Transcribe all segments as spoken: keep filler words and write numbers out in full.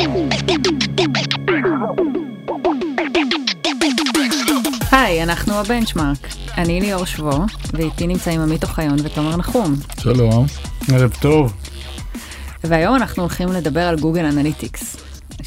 היי, אנחנו הבנצ'מרק. אני ליאור שבו, ואיתי נמצאים עמית אוחיון ותומר נחום. שלום. ערב טוב. והיום אנחנו הולכים לדבר על גוגל אנליטיקס,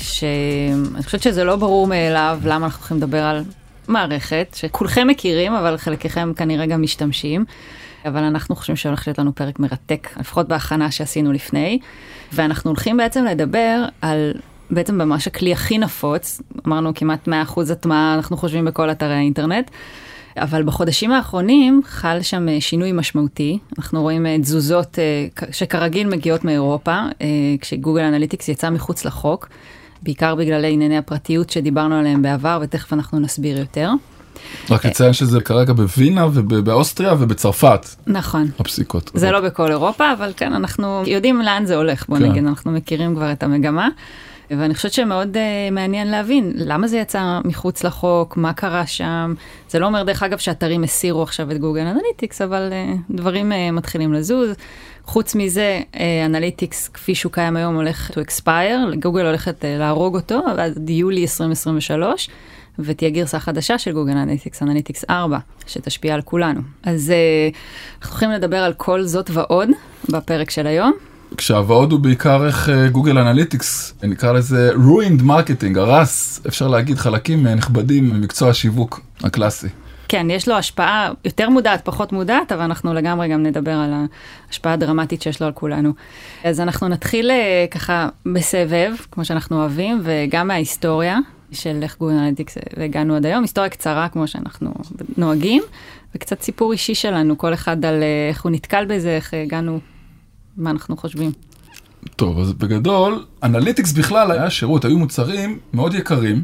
שאני חושבת שזה לא ברור מאליו למה אנחנו הולכים לדבר על מערכת, שכולכם מכירים, אבל חלקכם כנראה גם משתמשים, אבל אנחנו חושבים שהולך להיות לנו פרק מרתק, לפחות בהכנה שעשינו לפני, ואנחנו הולכים בעצם לדבר על בעצם ממש הכלי הכי נפוץ, אמרנו כמעט מאה אחוז הטמעה, אנחנו חושבים בכל אתרי האינטרנט, אבל בחודשים האחרונים חל שם שינוי משמעותי, אנחנו רואים תזוזות שכרגיל מגיעות מאירופה, כשגוגל אנליטיקס יצא מחוץ לחוק, בעיקר בגלל ענייני הפרטיות שדיברנו עליהם בעבר, ותכף אנחנו נסביר יותר. רק לציין שזה כרגע בווינה ובאוסטריה ובצרפת. נכון. הפסיקות. זה לא בכל אירופה, אבל כן, אנחנו יודעים לאן זה הולך, בוא נגיד, אנחנו מכירים כבר את המגמה. ואני חושבת שמאוד uh, מעניין להבין למה זה יצא מחוץ לחוק, מה קרה שם. זה לא אומר דרך אגב שאתרים הסירו עכשיו את גוגל אנליטיקס, אבל uh, דברים uh, מתחילים לזוז. חוץ מזה, אנליטיקס כפי שהוא קיים היום הולך to expire, גוגל הולכת uh, להרוג אותו עד יולי עשרים עשרים ושלוש, ותהיה גרסה חדשה של גוגל אנליטיקס, אנליטיקס ארבע, שתשפיע על כולנו. אז uh, אנחנו הולכים לדבר על כל זאת ועוד בפרק של היום. כשהוועוד הוא בעיקר איך גוגל אנליטיקס, נקרא לזה ruined marketing, הרס, אפשר להגיד חלקים נכבדים ממקצוע השיווק הקלאסי. כן, יש לו השפעה יותר מודעת, פחות מודעת, אבל אנחנו לגמרי גם נדבר על ההשפעה הדרמטית שיש לו על כולנו. אז אנחנו נתחיל ככה בסבב, כמו שאנחנו אוהבים, וגם מההיסטוריה של איך גוגל אנליטיקס הגענו עד היום, היסטוריה קצרה כמו שאנחנו נוהגים, וקצת סיפור אישי שלנו, כל אחד על איך הוא נתקל בזה, איך הגענו, מה אנחנו חושבים. טוב, אז בגדול, אנליטיקס בכלל היה שירות, היו מוצרים מאוד יקרים,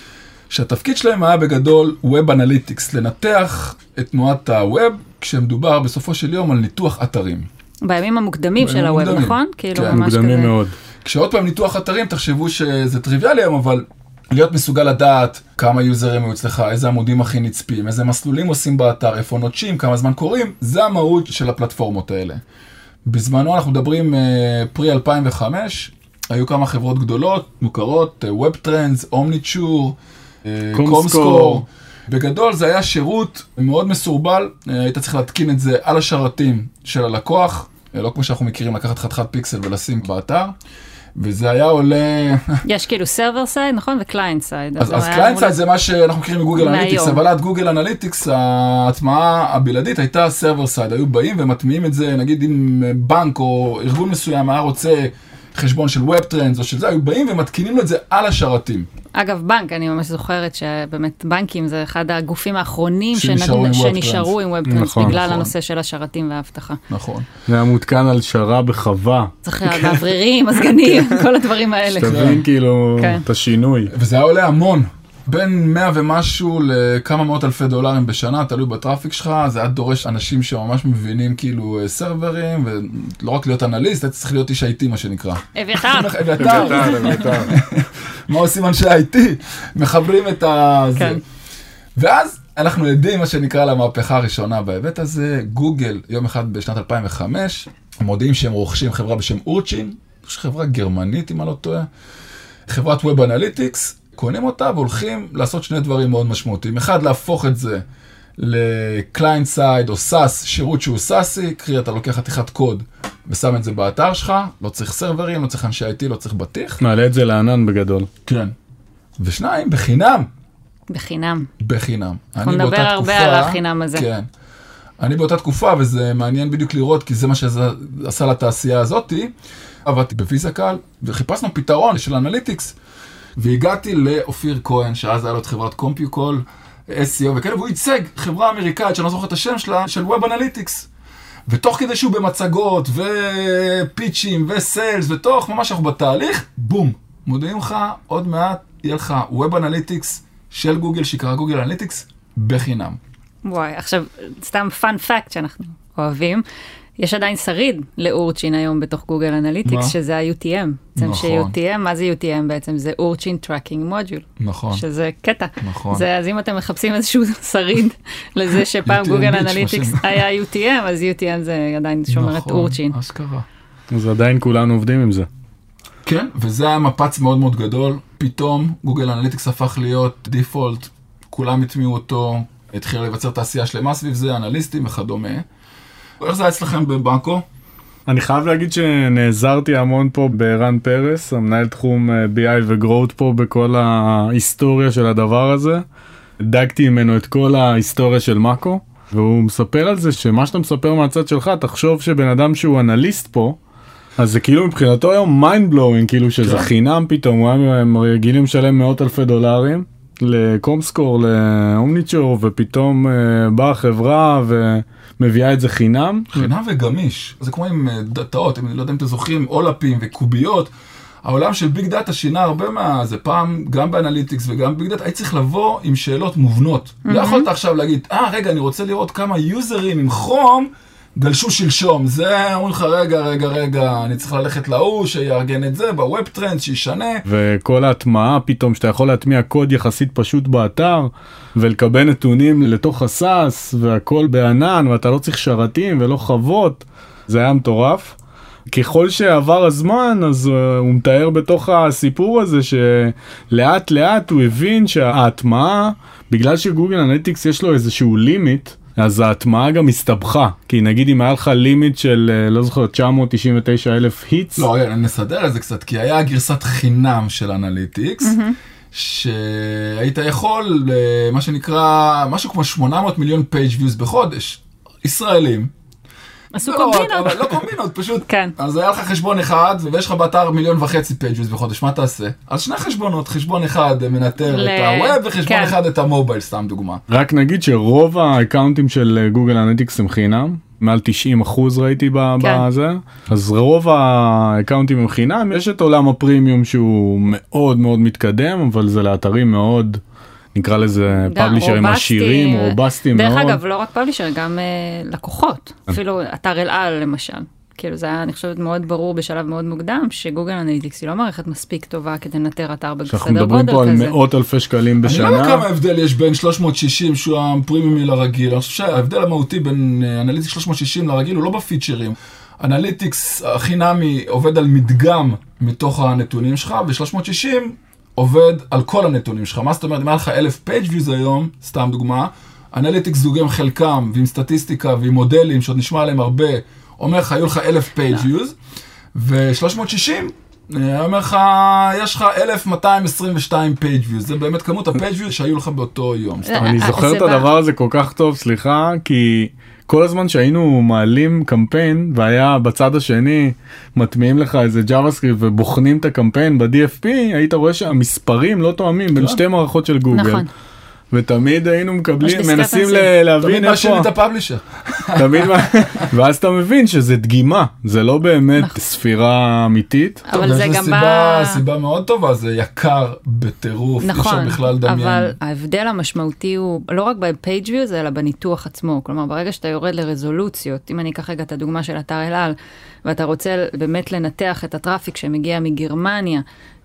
שהתפקיד שלהם היה בגדול Web Analytics, לנתח את תנועת הווב, כשמדובר בסופו של יום על ניתוח אתרים. בימים המוקדמים של הווב, נכון? כאילו כן, מוקדמים כזה. מאוד. כשעוד פעם ניתוח אתרים, תחשבו שזה טריוויאלי היום, אבל להיות מסוגל לדעת כמה יוזרים היו אצלך, איזה עמודים הכי נצפים, איזה מסלולים עושים באתר, איפה נוטשים, כמה זמן קוראים, זה המהות של הפלטפורמות האלה. בזמנו אנחנו מדברים פרי אלפיים וחמש, היו כמה חברות גדולות, מוכרות, WebTrends, Omniture, קומסקור. בגדול זה היה שירות מאוד מסורבל, היית צריך להתקין את זה על השרתים של הלקוח, לא כמו שאנחנו מכירים לקחת חתיכת פיקסל ולשים באתר, וזה היה עולה... יש כאילו סרבר סייד, נכון? וקליינט סייד. אז קליינט סייד זה מה שאנחנו מכירים מגוגל אנליטיקס, אבל עד גוגל אנליטיקס, ההטמעה הבלעדית הייתה סרבר סייד. היו באים ומטמיעים את זה, נגיד אם בנק או ארגון מסוים היה רוצה חשבון של WebTrends או של זה, היו באים ומתקינים את זה על השרתים. אגב, בנק, אני ממש זוכרת שבאמת בנקים זה אחד הגופים האחרונים שנשארו עם WebTrends בגלל הנושא של השרתים וההבטחה. נכון. זה היה מותקן על שרה בחווה. צריך מאווררים, מזגנים, כל הדברים האלה. שתבין כאילו את השינוי. וזה היה עולה המון. בין מאה ומשהו לכמה מאות אלפי דולרים בשנה, תלוי בטראפיק שלך, זה היה דורש אנשים שממש מבינים כאילו סרברים, ולא רק להיות אנליסט, אתה צריך להיות איש איי טי מה שנקרא. אביתר. אביתר, אביתר. מה עושים אנשי איי טי? מחברים את ה... כן. ואז אנחנו יודעים מה שנקרא למהפכה הראשונה בהיבט הזה, גוגל יום אחד בשנת אלפיים וחמש, מודיעים שהם רוכשים חברה בשם אורצ'ין, חברה גרמנית אם אני לא טועה, חברת Web Analytics, קונים אותה והולכים לעשות שני דברים מאוד משמעותיים. אחד, להפוך את זה לקליינט סייד או סאס, שירות שהוא סאסי, קרי אתה לוקח חתיכת קוד ושם את זה באתר שלך, לא צריך סרברים, לא צריך אנשי איי טי, לא צריך בטיח. מעלה את זה לענן בגדול. כן. ושניים, בחינם. בחינם. בחינם. אנחנו נדבר הרבה על החינם הזה. כן. אני באותה תקופה, וזה מעניין בדיוק לראות, כי זה מה שעשה לתעשייה הזאת, עבדתי בוויזקל, וחיפשנו פתרון של אנליטיקס, והגעתי לאופיר כהן, שאז היה לו את חברת קומפיוקול, אס אי או וכאלה, והוא ייצג חברה אמריקאית, שאני לא זוכר את השם שלה, של Web Analytics. ותוך כדי שהוא במצגות, ופיצ'ים, וסיילס, ותוך ממש אנחנו בתהליך, בום, מודיעים לך, עוד מעט יהיה לך Web Analytics של גוגל, שיקרא גוגל אנליטיקס, בחינם. וואי, עכשיו, סתם פאנ פאקט שאנחנו אוהבים, יש עדיין שריד לאורצ'ין היום בתוך גוגל אנליטיקס, שזה ה-יו טי אם. נכון. ש-יו טי אם, מה זה יו טי אם בעצם? זה אורצ'ין טראקינג מודול. נכון. שזה קטע. נכון. זה, אז אם אתם מחפשים איזשהו שריד לזה שפעם גוגל אנליטיקס היה יו טי אם, אז יו טי אם זה עדיין שומרת אורצ'ין. נכון, אשכרה. אז עדיין כולנו עובדים עם זה. כן, וזה היה מפץ מאוד מאוד גדול. פתאום גוגל אנליטיקס הפך להיות דיפולט, כולם התמיעו אותו, התחיל לבצר תעשייה שלמה סביב זה, אנליסטים וכדומה. איך זה היה אצלכם בבנקו? אני חייב להגיד שנעזרתי המון פה בערן פרס, המנהל תחום בי איי וגרוט פה בכל ההיסטוריה של הדבר הזה. דגתי ממנו את כל ההיסטוריה של מאקו, והוא מספר על זה שמה שאתה מספר מהצד שלך, תחשוב שבן אדם שהוא אנליסט פה, אז זה כאילו מבחינתו היום mind blowing, כאילו שזה חינם פתאום, הוא היה רגילים לשלם מאות אלפי דולרים לקומסקור, לאומניצ'ור, ופתאום באה החברה ומביאה את זה חינם. חינם וגמיש, זה כמו עם דאטאות, אני לא יודע אם אתם זוכרים, אולאפים וקוביות, העולם של ביג דאטה שינה הרבה מה, זה פעם, גם באנליטיקס וגם ביג דאטה, היית צריך לבוא עם שאלות מובנות. Mm-hmm. לא יכולת עכשיו להגיד, אה, רגע, אני רוצה לראות כמה יוזרים עם חום, גלשו שלשום. זה, אומרים לך, רגע, רגע, רגע, אני צריך ללכת להוא, שיארגן את זה, בווב טרנד, שישנה. וכל ההטמעה, פתאום, שאתה יכול להטמיע קוד יחסית פשוט באתר, ולקבל נתונים לתוך הסאס, והכל בענן, ואתה לא צריך שרתים ולא חוות. זה היה מטורף. ככל שעבר הזמן, אז הוא מתאר בתוך הסיפור הזה שלאט לאט הוא הבין שההטמעה, בגלל שגוגל אנליטיקס יש לו איזשהו לימיט, אז ההטמעה גם הסתבכה. כי נגיד אם היה לך לימיט של, לא זוכר, תשע מאות תשעים ותשע אלף היטס. לא, אני נסדר את זה קצת, כי היה גרסת חינם של אנליטיקס, שהיית יכול, מה שנקרא, משהו כמו שמונה מאות מיליון פייג' ויוז בחודש. ישראלים. עשו קומבינות. לא קומבינות, פשוט. כן. אז היה לך חשבון אחד, ויש לך באתר מיליון וחצי פייג'וויז בחודש, מה תעשה? אז שני חשבונות, חשבון אחד מנטר את הווב, וחשבון אחד את המובייל, סתם דוגמה. רק נגיד שרוב האקאונטים של גוגל אנליטיקס הם חינם, מעל תשעים אחוז ראיתי בזה, אז רוב האקאונטים הם חינם, יש את עולם הפרימיום שהוא מאוד מאוד מתקדם, אבל זה לאתרים מאוד... נקרא לזה פאבלישרים עשירים, רובסטיים מאוד. דרך אגב, לא רק פאבלישר, גם לקוחות. אפילו אתר אל על למשל. כאילו זה היה, אני חושבת, מאוד ברור בשלב מאוד מוקדם, שגוגל אנליטיקס היא לא מערכת מספיק טובה כדי לנטר אתר בסדר גודל כזה. אנחנו מדברים פה על מאות אלפי שקלים בשנה. אני לא יודע כמה ההבדל יש בין שלוש מאות שישים, שהוא הפרימיומי לרגיל. אני חושב שההבדל המהותי בין אנליטיקס שלוש מאות שישים לרגיל הוא לא בפיצ'רים. אנליטיקס החינמי עובד על מדגם מתוך הנתונים שלך, ו-שלוש מאות שישים עובד על כל הנתונים שלך. מה זאת אומרת, אם היה לך אלף פייג' ויוז היום, סתם דוגמה, אנליטיקס דוגם חלקם, ועם סטטיסטיקה ועם מודלים, שעוד נשמע עליהם הרבה, אומר לך, היו לך אלף פייג' ויוז, ו-שלוש מאות שישים, אומר לך, יש לך אלף מאתיים עשרים ושתיים פייג' ויוז. זה באמת כמות הפייג' ויוז שהיו לך באותו יום. אני זוכר את הדבר הזה כל כך טוב, סליחה, כי... כל הזמן שהיינו מעלים קמפיין, והיה בצד השני, מטמיעים לך איזה JavaScript ובוחנים את הקמפיין ב-די אף פי, היית רואה שהמספרים לא תואמים בין שתי מערכות של גוגל. נכון. ותמיד היינו מקבלים, מנסים להבין איפה. תמיד מאשים את הפאבלישר. תמיד, ואז אתה מבין שזה דגימה, זה לא באמת ספירה אמיתית. אבל זה גם בא... סיבה מאוד טובה, זה יקר בטירוף, נכון, אבל ההבדל המשמעותי הוא לא רק ב-page views, אלא בניתוח עצמו. כלומר, ברגע שאתה יורד לרזולוציות, אם אני אקח רגע את הדוגמה של אתר אל על, ואתה רוצה באמת לנתח את הטראפיק שמגיע מגרמניה,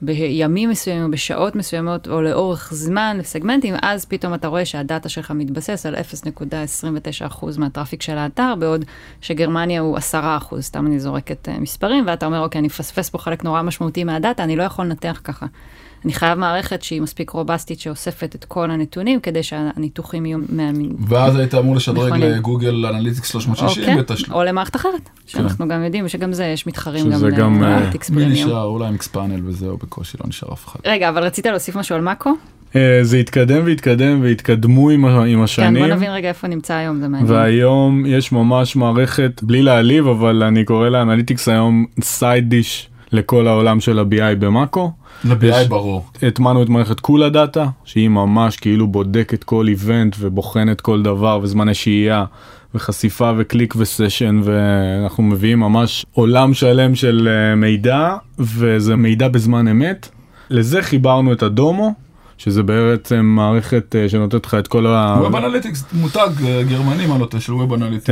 בימים מסוימים או בשעות מסוימות או לאורך זמן לסגמנטים, אז פתאום אתה רואה שהדאטה שלך מתבסס על אפס נקודה עשרים ותשע אחוז מהטראפיק של האתר, בעוד שגרמניה הוא עשרה אחוז, סתם אני זורקת מספרים, ואתה אומר, אוקיי, אני פספס פה חלק נורא משמעותי מהדאטה, אני לא יכול לנתח ככה. אני חייב מערכת שהיא מספיק רובסטית, שאוספת את כל הנתונים, כדי שהניתוחים יהיו מאמינים. ואז היית אמור לשדרג לגוגל אנליטיקס שלוש מאות שישים בתשלום. או למערכת אחרת, שאנחנו גם יודעים, שגם זה יש מתחרים גם לאנליטיקס פרימיום. מי נשאר? אולי עם אקספאנל וזהו, בקושי לא נשאר אף אחד. רגע, אבל רצית להוסיף משהו על מאקו? זה התקדם והתקדם והתקדמו עם השנים. כן, בוא נבין רגע איפה נמצא היום, זה מעניין. והיום יש ממש מערכת, בלי להעליב, אבל אני קורא לאנליטיקס היום סייד דיש לכל העולם של ה-בי איי במאקו. ל-בי איי ברור. התמנו את מערכת קולה דאטה, שהיא ממש כאילו בודקת כל איבנט ובוחנת כל דבר וזמני שהייה וחשיפה וקליק וסשן, ואנחנו מביאים ממש עולם שלם של מידע, וזה מידע בזמן אמת. לזה חיברנו את הדומו, שזה בעצם מערכת שנותנת לך את כל ה... ווב אנליטיקס, מותג גרמני מנוטה של ווב אנליטיקס.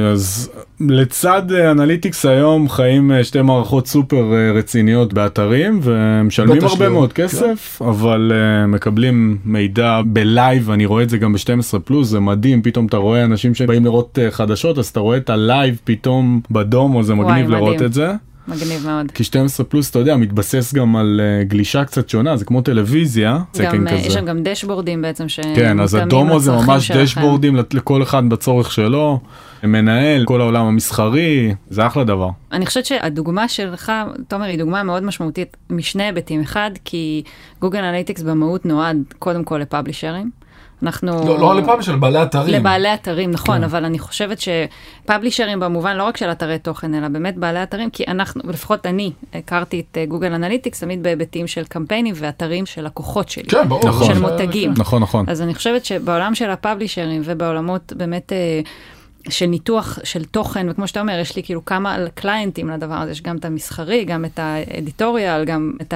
אז לצד אנליטיקס היום חיים שתי מערכות סופר רציניות באתרים, ומשלמים הרבה מאוד כסף, אבל מקבלים מידע בלייב, אני רואה את זה גם ב-שתים עשרה פלוס, זה מדהים, פתאום אתה רואה אנשים שבאים לראות חדשות, אז אתה רואה את הלייב פתאום בדומו, זה מגניב לראות את זה. מגניב מאוד. כי שתים עשרה פלוס, אתה יודע, מתבסס גם על uh, גלישה קצת שונה, זה כמו טלוויזיה, גם, כזה. יש שם גם דשבורדים בעצם ש... כן, אז הדומו זה ממש דשבורדים לכל אחד בצורך שלו, מנהל, כל העולם המסחרי, זה אחלה דבר. אני חושבת שהדוגמה שלך, תומר, היא דוגמה מאוד משמעותית משני היבטים. אחד, כי גוגל אנליטיקס במהות נועד קודם כל לפאבלישרים. אנחנו... לא, לא לפאבלישר, לבעלי אתרים. לבעלי אתרים, נכון, כן. אבל אני חושבת שפאבלישרים במובן לא רק של אתרי תוכן, אלא באמת בעלי אתרים, כי אנחנו, לפחות אני, הכרתי את גוגל אנליטיקס תמיד בהיבטים של קמפיינים ואתרים של לקוחות שלי. כן, ברור. נכון. של מותגים. נכון, נכון. אז אני חושבת שבעולם של הפאבלישרים ובעולמות באמת... של ניתוח של תוכן, וכמו שאתה אומר, יש לי כאילו כמה קליינטים לדבר הזה, יש גם את המסחרי, גם את האדיטוריאל, גם את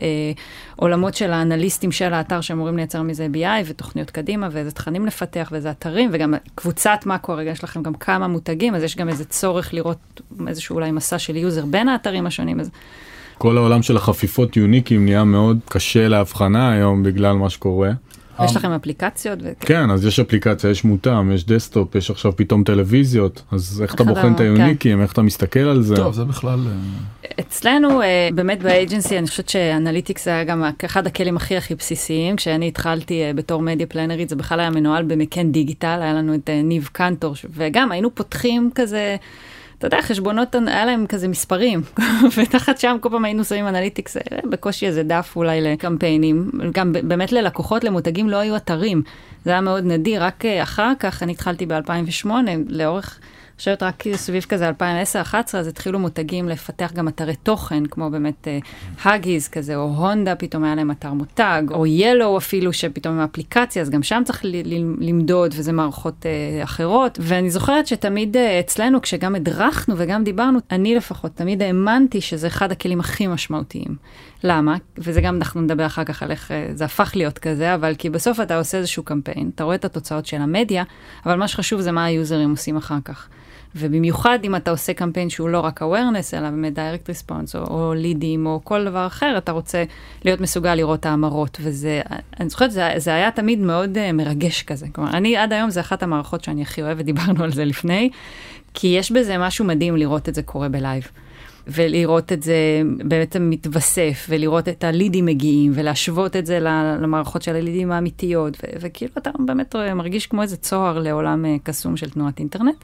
העולמות של האנליסטים של האתר שאמורים לייצר מזה בי איי ותוכניות קדימה, ואיזה תכנים לפתח ואיזה אתרים, וגם קבוצת מאקו, רגע, יש לכם גם כמה מותגים, אז יש גם איזה צורך לראות איזשהו אולי מסע של יוזר בין האתרים השונים. אז... כל העולם של החפיפות יוניקים נהיה מאוד קשה להבחנה היום בגלל מה שקורה. יש לכם אפליקציות? כן, אז יש אפליקציה, יש מותאם, יש דסקטופ, יש עכשיו פתאום טלוויזיות, אז איך אתה בוחן את היוניקים, איך אתה מסתכל על זה? טוב, זה בכלל... אצלנו, באמת באג'נסי, אני חושבת שאנליטיקס היה גם אחד הכלים הכי הכי בסיסיים, כשאני התחלתי בתור מדיה פלנרית, זה בכלל היה מנוהל במקן דיגיטל, היה לנו את ניב קנטור, וגם היינו פותחים כזה... אתה יודע, חשבונות, היה להם כזה מספרים, ותחת שם כל פעם היינו שמים אנליטיקס, בקושי איזה דף אולי לקמפיינים, גם באמת ללקוחות, למותגים לא היו אתרים, זה היה מאוד נדיר, רק אחר כך, אני התחלתי ב-אלפיים ושמונה, לאורך, חושבת רק סביב כזה אלפיים ועשר אחת עשרה, אז התחילו מותגים לפתח גם אתרי תוכן, כמו באמת הגיז כזה, או הונדה, פתאום היה להם אתר מותג, או ילו אפילו, שפתאום עם אפליקציה, אז גם שם צריך למדוד, וזה מערכות אחרות. ואני זוכרת שתמיד אצלנו, כשגם הדרכנו וגם דיברנו, אני לפחות תמיד האמנתי שזה אחד הכלים הכי משמעותיים. למה? וזה גם אנחנו נדבר אחר כך על איך זה הפך להיות כזה, אבל כי בסוף אתה עושה איזשהו קמפיין, אתה רואה את התוצאות של המדיה, אבל מה שחשוב זה מה היוזרים עושים אחר כך. ובמיוחד אם אתה עושה קמפיין שהוא לא רק awareness, אלא באמת direct response, או, או לידים, או כל דבר אחר, אתה רוצה להיות מסוגל לראות את האמרות, וזה, אני זוכרת, זה, זה היה תמיד מאוד uh, מרגש כזה. כלומר, אני עד היום זה אחת המערכות שאני הכי אוהבת, דיברנו על זה לפני, כי יש בזה משהו מדהים לראות את זה קורה בלייב. ולראות את זה בעצם מתווסף, ולראות את הלידים מגיעים, ולהשוות את זה למערכות של הלידים האמיתיות, ו- וכאילו אתה באמת מרגיש כמו איזה צוהר לעולם קסום של תנועת אינטרנט.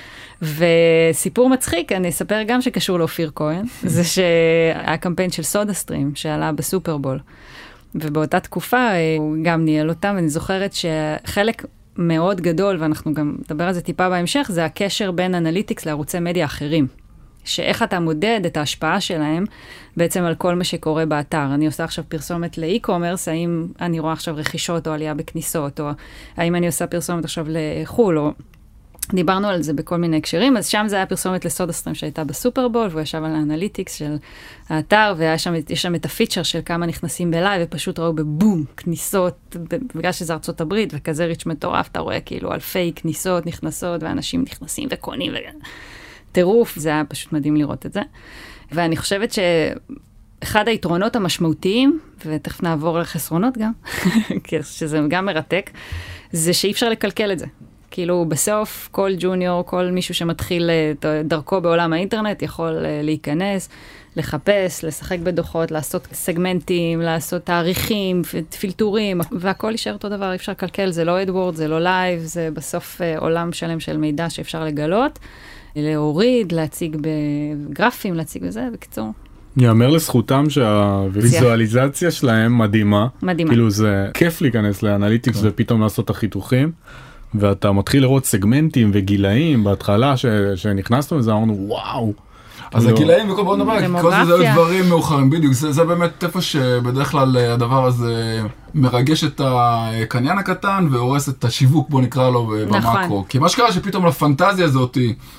וסיפור מצחיק, אני אספר גם שקשור לאופיר כהן, זה שהיה קמפיין של סודה סטרים, שעלה בסופרבול, ובאותה תקופה הוא גם ניהל אותם, ואני זוכרת שחלק מאוד גדול, ואנחנו גם נדבר על זה טיפה בהמשך, זה הקשר בין אנליטיקס לערוצי מדיה אחרים. שאיך אתה מודד את ההשפעה שלהם בעצם על כל מה שקורה באתר. אני עושה עכשיו פרסומת לאי-קומרס, האם אני רואה עכשיו רכישות או עלייה בכניסות, או האם אני עושה פרסומת עכשיו לחול, או דיברנו על זה בכל מיני הקשרים, אז שם זה היה פרסומת לסודה סטרים שהייתה בסופרבול, והוא ישב על האנליטיקס של האתר, ויש שם, שם את הפיצ'ר של כמה נכנסים בלייב, ופשוט ראו בבום, כניסות, בגלל שזה ארצות הברית, וכזה ריץ' מטורף, אתה רואה כאילו אלפי כניסות נכנסות, ואנשים נכנסים וקונים, ו... טירוף, זה היה פשוט מדהים לראות את זה. ואני חושבת שאחד היתרונות המשמעותיים, ותכף נעבור לחסרונות גם, שזה גם מרתק, זה שאי אפשר לקלקל את זה. כאילו בסוף כל ג'וניור, כל מישהו שמתחיל דרכו בעולם האינטרנט, יכול להיכנס, לחפש, לשחק בדוחות, לעשות סגמנטים, לעשות תאריכים, פילטורים, והכל יישאר אותו דבר, אי אפשר לקלקל, זה לא אדוורד, זה לא לייב, זה בסוף עולם שלם של מידע שאפשר לגלות. להוריד, להציג בגרפים, להציג בזה, בקיצור. יאמר לזכותם שהוויזואליזציה שלהם מדהימה. מדהימה. כאילו זה כיף להיכנס לאנליטיקס ופתאום לעשות את החיתוכים, ואתה מתחיל לראות סגמנטים וגילאים בהתחלה שנכנסנו לזה, אמרנו וואו. אז הגילאים וכל בוא נדבר, כל זה היו דברים מאוחרים, בדיוק, זה באמת איפה שבדרך כלל הדבר הזה מרגש את הקניין הקטן והורס את השיווק, בוא נקרא לו במאקרו. כי מה שקרה שפתאום לפנטזיה הזאת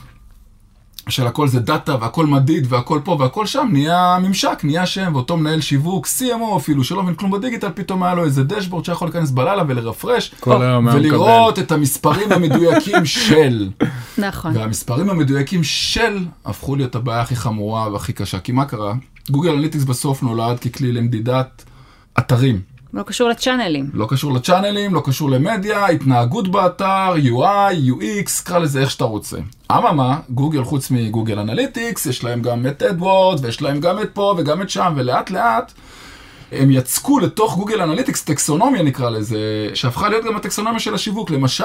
של הכל זה דאטה והכל מדיד והכל פה והכל שם, נהיה ממשק, נהיה שם, ואותו מנהל שיווק, סי אם או אפילו, שלא מבין כלום בדיגיטל, פתאום היה לו איזה דשבורד שיכול להיכנס בלילה ולרפרש, ולראות את המספרים המדויקים של. נכון. והמספרים המדויקים של הפכו להיות הבעיה הכי חמורה והכי קשה. כי מה קרה? גוגל אנליטיקס בסוף נולד ככלי למדידת אתרים. לא קשור לצ'אנלים. לא קשור לצ'אנלים, לא קשור למדיה, התנהגות באתר, יו איי, יו אקס, קרא לזה איך שאתה רוצה. אממה, גוגל, חוץ מגוגל אנליטיקס, יש להם גם את אדוורד, ויש להם גם את פה וגם את שם, ולאט לאט הם יצקו לתוך גוגל אנליטיקס, טקסונומיה נקרא לזה, שהפכה להיות גם הטקסונומיה של השיווק. למשל,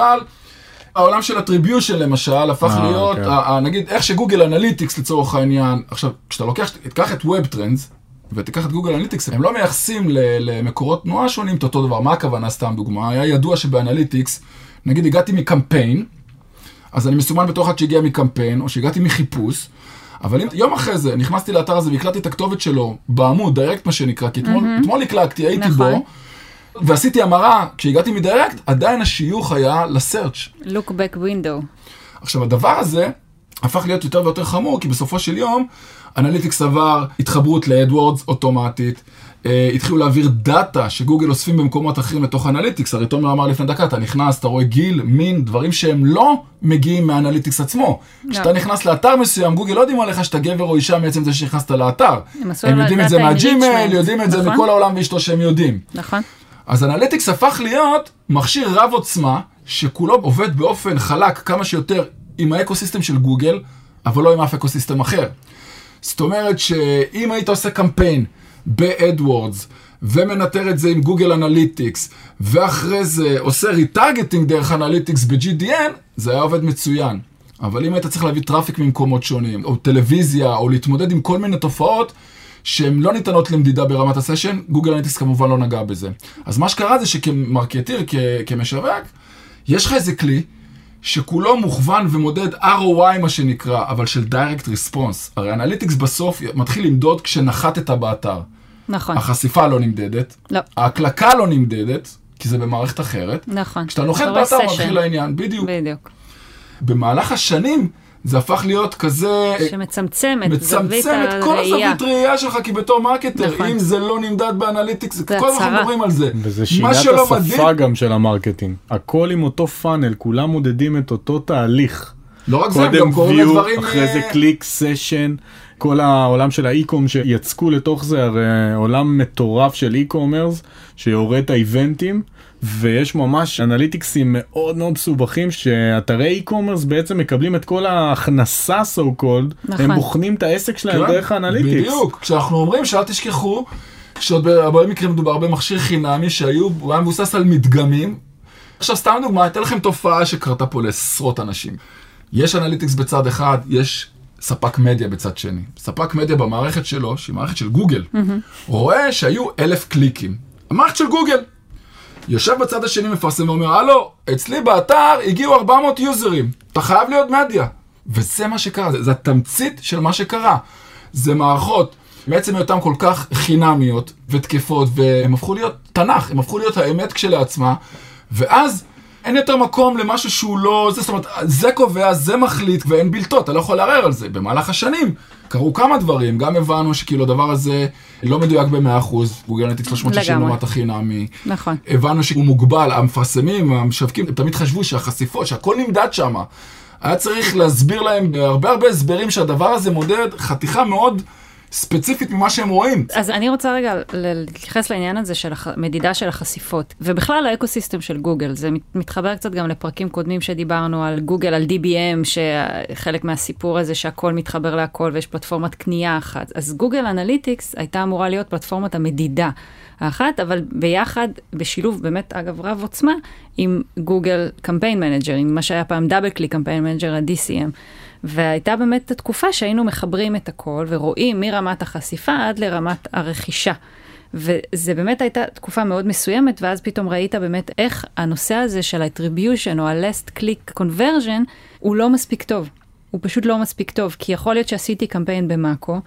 העולם של attribution למשל, הפך אה, להיות, כן. ה- ה- נגיד, איך שגוגל אנליטיקס לצורך העניין, עכשיו, כשאתה לוקח, תיקח את ווב טרנדס, ותיקח את גוגל אנליטיקס, הם לא מייחסים ל- למקורות תנועה שונים את אותו דבר. מה הכוונה? סתם דוגמה, היה ידוע שבאנליטיקס, נגיד הגעתי מקמפיין, אז אני מסומן בתור אחד שהגיע מקמפיין, או שהגעתי מחיפוש, אבל אם יום אחרי זה נכנסתי לאתר הזה והקלטתי את הכתובת שלו בעמוד, דיירקט מה שנקרא, כי אתמול, mm-hmm. אתמול הקלקתי, הייתי נכון. בו, ועשיתי המרה, כשהגעתי מדיירקט, עדיין השיוך היה לסרצ'. look back window. עכשיו, הדבר הזה הפך להיות יותר ויותר חמור, כי בסופו של יום, אנליטיקס עבר התחברות לאדוורדס אוטומטית, אה, התחילו להעביר דאטה שגוגל אוספים במקומות אחרים לתוך אנליטיקס. הרי תומר אמר לפני דקה, אתה נכנס, אתה רואה גיל, מין, דברים שהם לא מגיעים מהאנליטיקס עצמו. כשאתה נכנס לאתר מסוים, גוגל לא יודעים עליך שאתה גבר או אישה מעצם זה שנכנסת לאתר. הם עשו הם על יודעים את זה data מהג'ימייל, enrichment. יודעים את זה נכון. מכל העולם ואשתו שהם יודעים. נכון. אז אנליטיקס הפך להיות מכשיר רב עוצמה, שכולו עובד באופן חלק כמה שיותר עם האקוסיסטם של גוגל, אבל לא עם אף אקוסיסטם אחר. זאת אומרת שאם היית עושה קמפיין באדוורדס, ומנטר את זה עם גוגל אנליטיקס, ואחרי זה עושה ריטרגטינג דרך אנליטיקס ב-ג'י די אן, זה היה עובד מצוין. אבל אם היית צריך להביא טראפיק ממקומות שונים, או טלוויזיה, או להתמודד עם כל מיני תופעות, שהן לא ניתנות למדידה ברמת הסשן, גוגל אנליטיקס כמובן לא נגע בזה. אז מה שקרה זה שכמרקטיר, כ- כמשווק, יש לך איזה כלי, שכולו מוכוון ומודד אר או איי מה שנקרא, אבל של direct response. הרי אנליטיקס בסוף מתחיל למדוד כשנחתת באתר. נכון. החשיפה לא נמדדת, לא. ההקלקה לא נמדדת, כי זה במערכת אחרת. נכון. כשאתה נוחת אתה רואה באתר session. מתחיל העניין, בדיוק. בדיוק. במהלך השנים זה הפך להיות כזה... שמצמצם את זווית מצמצם את כל הראייה. הזווית ראייה שלך, כי בתור מרקטר, נכון. אם זה לא נמדד באנליטיקס, זה כל הזמן אנחנו הצהרה. מדברים על זה. וזה מה שינת שלא השפה מדהים- גם של המרקטינג. הכל עם אותו פאנל, כולם מודדים את אותו תהליך. לא רק זה, הם קודם גם קוראים view, לדברים... אחרי זה אה, קליק, סשן, כל העולם של האי-קום שיצקו לתוך זה, הרי עולם מטורף של אי-קומרס, שיורד את האיבנטים, ויש ממש אנליטיקסים מאוד מאוד מסובכים, שאתרי אי-קומרס בעצם מקבלים את כל ההכנסה so called, נכון. הם בוחנים את העסק שלהם כן, דרך האנליטיקס. בדיוק, כשאנחנו אומרים שאל תשכחו, שעוד בהרבה מקרים מדובר במכשיר חינמי שהיו, הוא היה מבוסס על מדגמים. עכשיו סתם דוגמה, אתן לכם תופעה שקרתה פה לעשרות אנשים. יש אנליטיקס בצד אחד, יש ספק מדיה בצד שני. ספק מדיה במערכת שלו, שהיא מערכת של גוגל, רואה שהיו אלף קליקים. המערכת של גוגל. יושב בצד השני מפרסם ואומר, הלו, אצלי באתר הגיעו ארבע מאות יוזרים, אתה חייב להיות מדיה. וזה מה שקרה, זה, זה התמצית של מה שקרה. זה מערכות, בעצם היותן כל כך חינמיות ותקפות, והם הפכו להיות תנ"ך, הם הפכו להיות האמת כשלעצמה, ואז אין יותר מקום למשהו שהוא לא, זה, זאת אומרת, זה קובע, זה מחליט, ואין בלתות, אתה לא יכול לערער על זה. במהלך השנים קרו כמה דברים, גם הבנו שכאילו הדבר הזה לא מדויק ב-מאה אחוז, גוגל אנליטיקס שלוש מאות שישים לעומת החינמי. נכון. הבנו שהוא מוגבל, המפרסמים, המשווקים, הם תמיד חשבו שהחשיפות, שהכל נמדד שם. היה צריך להסביר להם הרבה הרבה הסברים שהדבר הזה מודד חתיכה מאוד ספציפית ממה שהם רואים. אז אני רוצה רגע להתייחס לעניין הזה של המדידה של החשיפות, ובכלל האקוסיסטם של גוגל, זה מתחבר קצת גם לפרקים קודמים שדיברנו על גוגל, על די בי אם, שחלק מהסיפור הזה שהכל מתחבר להכל ויש פלטפורמת קנייה אחת. אז גוגל אנליטיקס הייתה אמורה להיות פלטפורמת המדידה האחת, אבל ביחד, בשילוב באמת אגב רב עוצמה, עם גוגל קמפיין מנג'ר, עם מה שהיה פעם דאבל קליק קמפיין מנג'ר, ה-די סי אם. והייתה באמת התקופה שהיינו מחברים את הכל, ורואים מרמת החשיפה עד לרמת הרכישה. וזה באמת הייתה תקופה מאוד מסוימת, ואז פתאום ראית באמת איך הנושא הזה של ה-attribution או ה-last click conversion, הוא לא מספיק טוב. הוא פשוט לא מספיק טוב, כי יכול להיות שעשיתי קמפיין במאקו,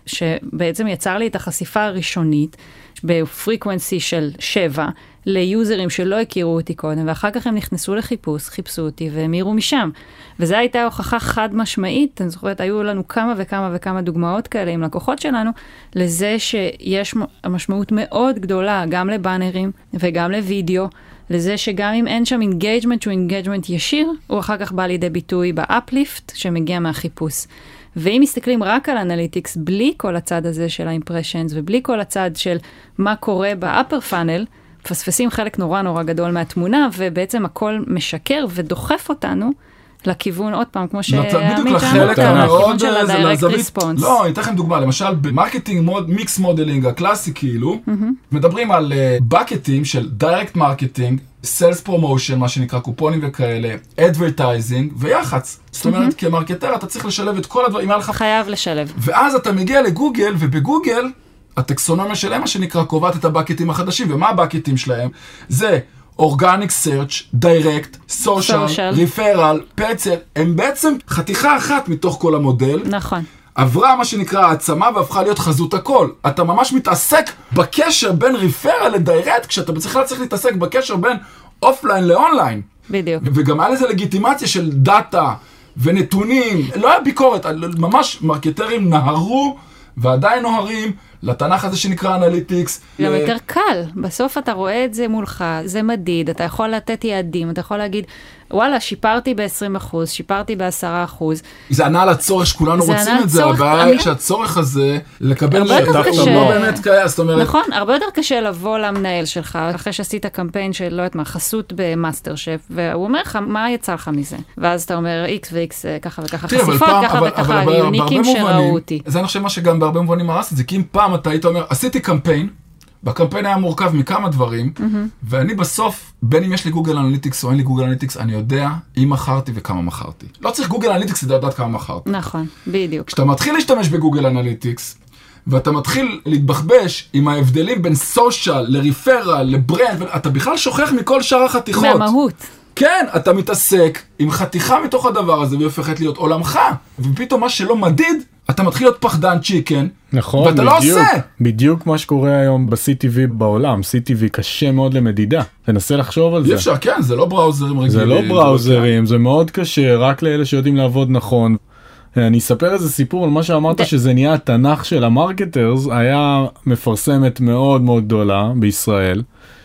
שבעצם יצר לי את החשיפה הראשונית, בפריקוונסי של שבע, ליוזרים שלא הכירו אותי קודם, ואחר כך הם נכנסו לחיפוש, חיפשו אותי והם העירו משם. וזו הייתה הוכחה חד משמעית, אני זוכרת, היו לנו כמה וכמה וכמה דוגמאות כאלה עם לקוחות שלנו, לזה שיש משמעות מאוד גדולה, גם לבאנרים וגם לוידאו, לזה שגם אם אין שם אינגייג'מנט שהוא אינגייג'מנט ישיר, הוא אחר כך בא לידי ביטוי באפליפט שמגיע מהחיפוש. ואם מסתכלים רק על אנליטיקס, בלי כל הצד הזה של האימפרשנס, ובלי כל הצד של מה קורה באפר פאנל, פספסים חלק נורא נורא גדול מהתמונה, ובעצם הכל משקר ודוחף אותנו לכיוון, עוד פעם, כמו שעמית שאמר כאן, לכיוון של ה-direct response. לא, אני אתן לכם דוגמה, למשל במרקטינג מיקס מודלינג הקלאסי כאילו, מדברים על בקטים של direct marketing, sales promotion, מה שנקרא קופונים וכאלה, advertising ויח"צ. זאת אומרת, כמרקטר אתה צריך לשלב את כל הדברים. חייב לשלב. ואז אתה מגיע לגוגל, ובגוגל, הטקסונומיה שלהם, מה שנקרא, קובעת את הבקטים החדשים, ומה הבקטים שלהם? זה Organic Search, Direct, Social, Referral, Petsel, הם בעצם חתיכה אחת מתוך כל המודל. נכון. עברה מה שנקרא העצמה והפכה להיות חזות הכל. אתה ממש מתעסק בקשר בין Referral לדירקט, כשאתה בכלל צריך להתעסק בקשר בין אופליין לאונליין. בדיוק. וגם היה לזה לגיטימציה של דאטה ונתונים. לא היה ביקורת, ממש מרקטרים נהרו ועדיין נוהרים לתנ"ך הזה שנקרא אנליטיקס. גם יותר קל, בסוף אתה רואה את זה מולך, זה מדיד, אתה יכול לתת יעדים, אתה יכול להגיד, וואלה, שיפרתי ב-עשרים אחוז, שיפרתי ב-עשרה אחוז. זה ענה לצורך שכולנו רוצים את זה, הבעיה שהצורך הזה לקבל לא באמת קיים, זאת אומרת. נכון, הרבה יותר קשה לבוא למנהל שלך, אחרי שעשית קמפיין של, לא יודעת מה, חסות במאסטר שף, והוא אומר לך, מה יצא לך מזה? ואז אתה אומר, X ו-X, ככה וככה חשיפות, ככה וככה, יוניקים שראו אותי. זה אני חושב מה שגם בהרבה מובנים הרס את זה, כי אם פעם אתה היית אומר, עשיתי קמפיין, בקמפיין היה מורכב מכמה דברים, ואני בסוף, בין אם יש לי גוגל אנליטיקס או אין לי גוגל אנליטיקס, אני יודע אם מכרתי וכמה מכרתי. לא צריך גוגל אנליטיקס כדי לדעת כמה מכרתי. נכון, בדיוק. כשאתה מתחיל להשתמש בגוגל אנליטיקס, ואתה מתחיל להתבחבש עם ההבדלים בין סושיאל, לריפרל, לברנד, אתה בכלל שוכח מכל שאר החתיכות. מהמהות. כן, אתה מתעסק עם חתיכה מתוך הדבר הזה, והיא הופכת להיות עולמך. ופתאום מה שלא מדיד, אתה מתחיל להיות פחדן צ'יקן, נכון, ואתה לא בדיוק, עושה. בדיוק מה שקורה היום ב-סי טי וי בעולם. סי טי וי קשה מאוד למדידה. תנסה לחשוב על זה. אי אפשר, כן, זה לא בראוזרים רגילים. זה לא בראוזרים, זה מאוד קשה, רק לאלה שיודעים לעבוד נכון. אני אספר איזה סיפור על מה שאמרת שזה נהיה התנ"ך של המרקטרס, היה מפרסמת מאוד מאוד גדולה בישראל,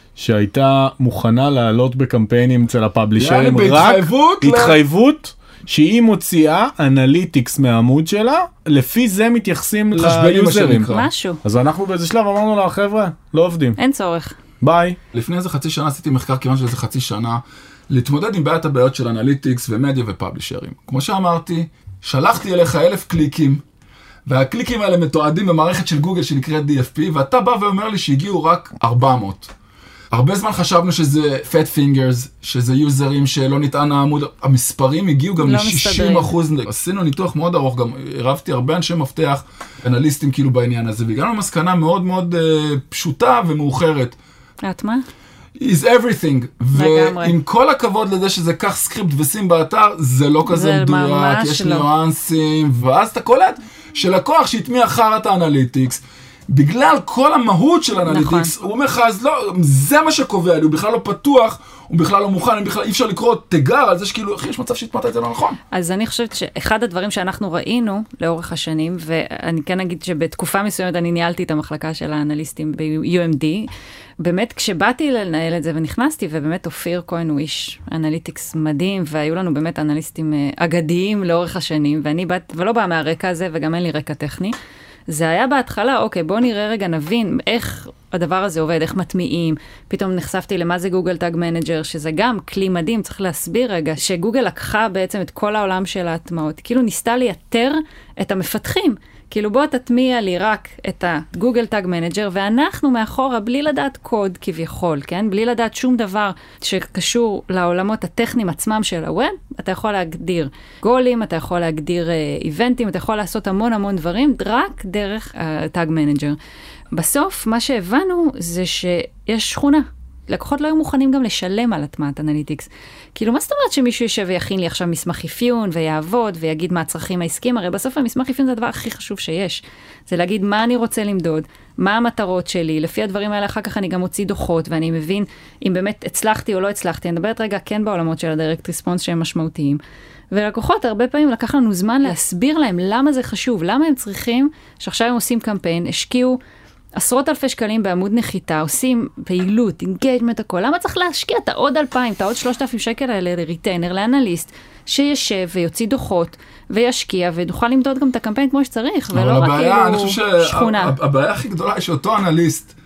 שהייתה מוכנה לעלות בקמפיינים אצל הפאבלישרים, רק התחייבות שהיא מוציאה אנליטיקס מהעמוד שלה, לפי זה מתייחסים ליוזרים. משהו. אז אנחנו באיזה שלב אמרנו לה, חבר'ה, לא עובדים. אין צורך. ביי. לפני איזה חצי שנה עשיתי מחקר, כיוון שזה חצי שנה, להתמודד עם בעיית הבעיות של אנליטיקס ומדיה ופאבלישרים. כמו שאמרתי, שלחתי אליך אלף קליקים, והקליקים האלה מתועדים במערכת של גוגל שנקראת די אף פי, ואתה בא ואומר לי שהגיעו רק ארבע מאות. הרבה זמן חשבנו שזה fat fingers, שזה יוזרים שלא נטען העמוד, המספרים הגיעו גם ל-שישים אחוז. עשינו ניתוח מאוד ארוך, גם הרבתי הרבה אנשי מפתח, אנליסטים כאילו בעניין הזה, והגענו למסקנה מאוד מאוד uh, פשוטה ומאוחרת. את מה? is everything. ועם כל הכבוד לזה שזה כך סקריפט ושים באתר, זה לא כזה מדויק, יש ניואנסים, ואז אתה קולט שלקוח שהטמיע חרת האנליטיקס, בגלל כל המהות של אנליטיקס, נכון. הוא אומר לך, אז לא, זה מה שקובע לי, הוא בכלל לא פתוח, הוא בכלל לא מוכן, בכלל אי אפשר לקרוא תיגר על זה שכאילו, אחי, יש מצב שהתמדת את זה לא נכון. אז אני חושבת שאחד הדברים שאנחנו ראינו לאורך השנים, ואני כן אגיד שבתקופה מסוימת אני ניהלתי את המחלקה של האנליסטים ב-יו אם די, באמת כשבאתי לנהל את זה ונכנסתי, ובאמת אופיר כהן הוא איש אנליטיקס מדהים, והיו לנו באמת אנליסטים אגדיים לאורך השנים, ואני באת, ולא באה מהרקע הזה, וגם אין לי רקע טכני, זה היה בהתחלה, אוקיי, בוא נראה רגע, נבין איך הדבר הזה עובד, איך מטמיעים. פתאום נחשפתי למה זה גוגל טאג מנג'ר, שזה גם כלי מדהים, צריך להסביר רגע, שגוגל לקחה בעצם את כל העולם של ההטמעות, כאילו ניסתה לייתר את המפתחים. כאילו בוא תטמיע לי רק את הגוגל טאג מנג'ר, ואנחנו מאחורה, בלי לדעת קוד כביכול, כן? בלי לדעת שום דבר שקשור לעולמות הטכניים עצמם של הווב, אתה יכול להגדיר גולים, אתה יכול להגדיר איבנטים, אתה יכול לעשות המון המון דברים, רק דרך הטאג מנג'ר. בסוף, מה שהבנו זה שיש שכונה. לקוחות לא היו מוכנים גם לשלם על הטמעת אנליטיקס. כאילו, מה זאת אומרת שמישהו יישב ויכין לי עכשיו מסמך אפיון ויעבוד ויגיד מה הצרכים העסקיים? הרי בסוף המסמך אפיון זה הדבר הכי חשוב שיש. זה להגיד מה אני רוצה למדוד, מה המטרות שלי, לפי הדברים האלה אחר כך אני גם מוציא דוחות ואני מבין אם באמת הצלחתי או לא הצלחתי. אני מדברת רגע כן בעולמות של הדירקט ריספונס שהם משמעותיים. ולקוחות הרבה פעמים לקח לנו זמן להסביר להם למה זה חשוב, למה הם צריכים שעכשיו הם עושים קמפיין, השקיעו עשרות אלפי שקלים בעמוד נחיתה, עושים פעילות, אינגייג'מנט, הכל. למה צריך להשקיע את העוד אלפיים, את העוד שלושת אלפים שקל האלה לריטיינר, לאנליסט, שישב ויוציא דוחות, וישקיע, ונוכל למדוד גם את הקמפיין כמו שצריך, ולא רק כאילו שכונה. הבעיה הכי גדולה היא שאותו אנליסט,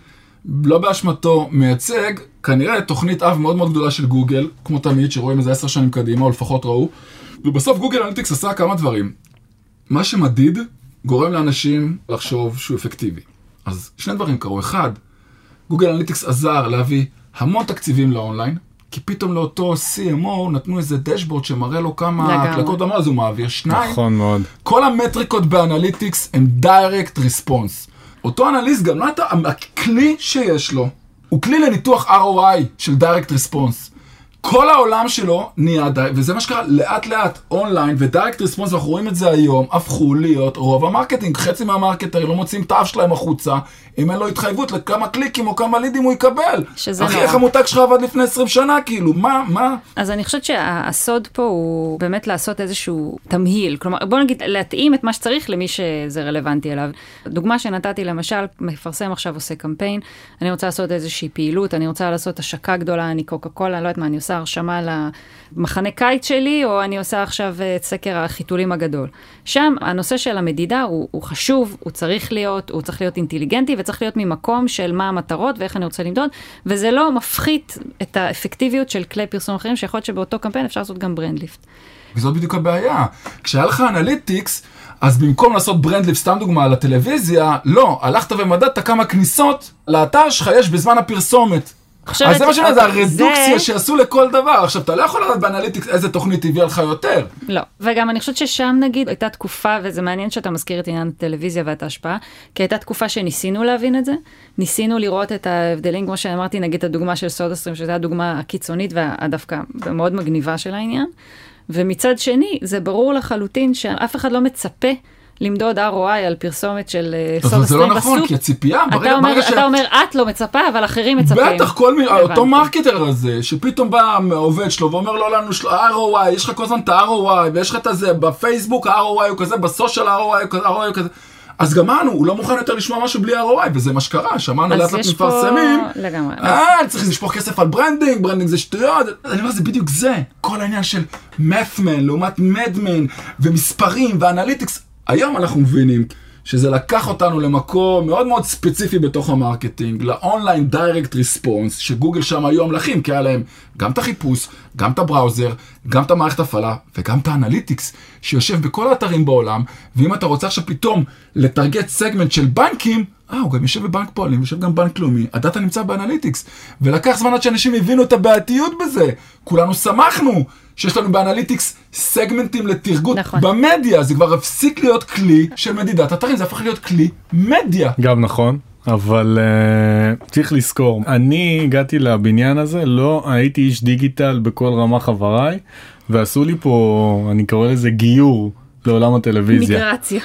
לא באשמתו מייצג, כנראה תוכנית אב מאוד מאוד גדולה של גוגל, כמו תמיד, שרואים איזה עשר שנים קדימה, או לפחות ראו, ובסוף גוגל אנליטיקס עשה כמה דברים. מה שמדיד גורם לאנשים לחשוב שהוא אפקטיבי. אז שני דברים קרו. אחד, גוגל אנליטיקס עזר להביא המון תקציבים לאונליין, כי פתאום לאותו סי אם או נתנו איזה דשבורד שמראה לו כמה הקלקות אמר, אז הוא מעביר. שניים, נכון מאוד. כל המטריקות באנליטיקס הם direct response. אותו אנליסט גם לא הייתה, הכלי שיש לו, הוא כלי לניתוח אר או איי של direct response. כל העולם שלו נהיה, וזה מה שקרה לאט לאט, אונליין ו-direct response, ואנחנו רואים את זה היום, הפכו להיות רוב המרקטינג. חצי מהמרקטרים לא מוצאים את האף שלהם החוצה, אם אין לו התחייבות לכמה קליקים או כמה לידים הוא יקבל. אחי, איך המותג שלך עבד לפני עשרים שנה, כאילו, מה, מה? אז אני חושבת שהסוד פה הוא באמת לעשות איזשהו תמהיל, כלומר, בוא נגיד, להתאים את מה שצריך למי שזה רלוונטי אליו. דוגמה שנתתי, למשל, מפרסם עכשיו עושה קמפיין, אני רוצה לעשות איזושהי פעילות, אני רוצה לעשות השקה גדולה, אני קוקה קולה, לא יודעת מה, אני עושה הרשמה למחנה קיץ שלי, או אני עושה עכשיו את סקר החיתולים הגדול. שם הנושא של המדידה הוא, הוא חשוב, הוא צריך להיות, הוא צריך להיות אינטליגנטי, וצריך להיות ממקום של מה המטרות ואיך אני רוצה למדוד, וזה לא מפחית את האפקטיביות של כלי פרסום אחרים, שיכול להיות שבאותו קמפיין אפשר לעשות גם ברנדליפט. וזאת בדיוק הבעיה. כשהיה לך אנליטיקס, אז במקום לעשות ברנדליפט, סתם דוגמה, לטלוויזיה, לא, הלכת ומדדת כמה כניסות לאתר שלך יש בזמן הפרסומת. אז זה מה שאני יודע, זה הרדוקציה שעשו לכל דבר. עכשיו, אתה לא יכול לדעת באנליטיקס איזה תוכנית הביאה לך יותר. לא. וגם אני חושבת ששם, נגיד, הייתה תקופה, וזה מעניין שאתה מזכיר את עניין הטלוויזיה ואת ההשפעה, כי הייתה תקופה שניסינו להבין את זה, ניסינו לראות את ההבדלים, כמו שאמרתי, נגיד, הדוגמה של סודה סטרים, שזו הדוגמה הקיצונית והדווקא מאוד מגניבה של העניין. ומצד שני, זה ברור לחלוטין שאף אחד לא מצפה למדוד אר או איי על פרסומת של סודה סטרים בסופ. זה לא נכון, כי הציפייה, אתה אומר, את לא מצפה, אבל אחרים מצפים. בטח, כל מיני, אותו מרקטר הזה, שפתאום בא עובד שלו ואומר לו לנו, אר או איי, יש לך כל הזמן את ה-אר או איי, ויש לך את זה, בפייסבוק ה-אר או איי הוא כזה, בסושיאל ה-אר או איי הוא כזה. אז גמרנו, הוא לא מוכן יותר לשמוע משהו בלי אר או איי, וזה מה שקרה, שמענו לאט לאט מפרסמים. אה, צריך לשפוך כסף על ברנדינג, ברנדינג זה שטויות. אני אומר, זה בדיוק זה. כל העניין של מת'מן, לעומת מדמן, ומספרים, ואנליטיקס. היום אנחנו מבינים שזה לקח אותנו למקום מאוד מאוד ספציפי בתוך המרקטינג, לאונליין דיירקט ריספונס, שגוגל שם היו המלכים, כי היה להם גם את החיפוש, גם את הבראוזר, גם את המערכת הפעלה, וגם את האנליטיקס, שיושב בכל האתרים בעולם, ואם אתה רוצה עכשיו פתאום לטרגט סגמנט של בנקים, אה, הוא גם יושב בבנק פועלים, יושב גם בנק לאומי, הדאטה נמצא באנליטיקס, ולקח זמן עד שאנשים הבינו את הבעייתיות בזה, כולנו שמחנו שיש לנו באנליטיקס סגמנטים לתרגות נכון. במדיה, זה כבר הפסיק להיות כלי של מדידת אתרים, זה הפך להיות כלי מדיה. גם נכון, אבל uh, צריך לזכור, אני הגעתי לבניין הזה, לא הייתי איש דיגיטל בכל רמה חבריי, ועשו לי פה, אני קורא לזה גיור לעולם הטלוויזיה. מיגרציה.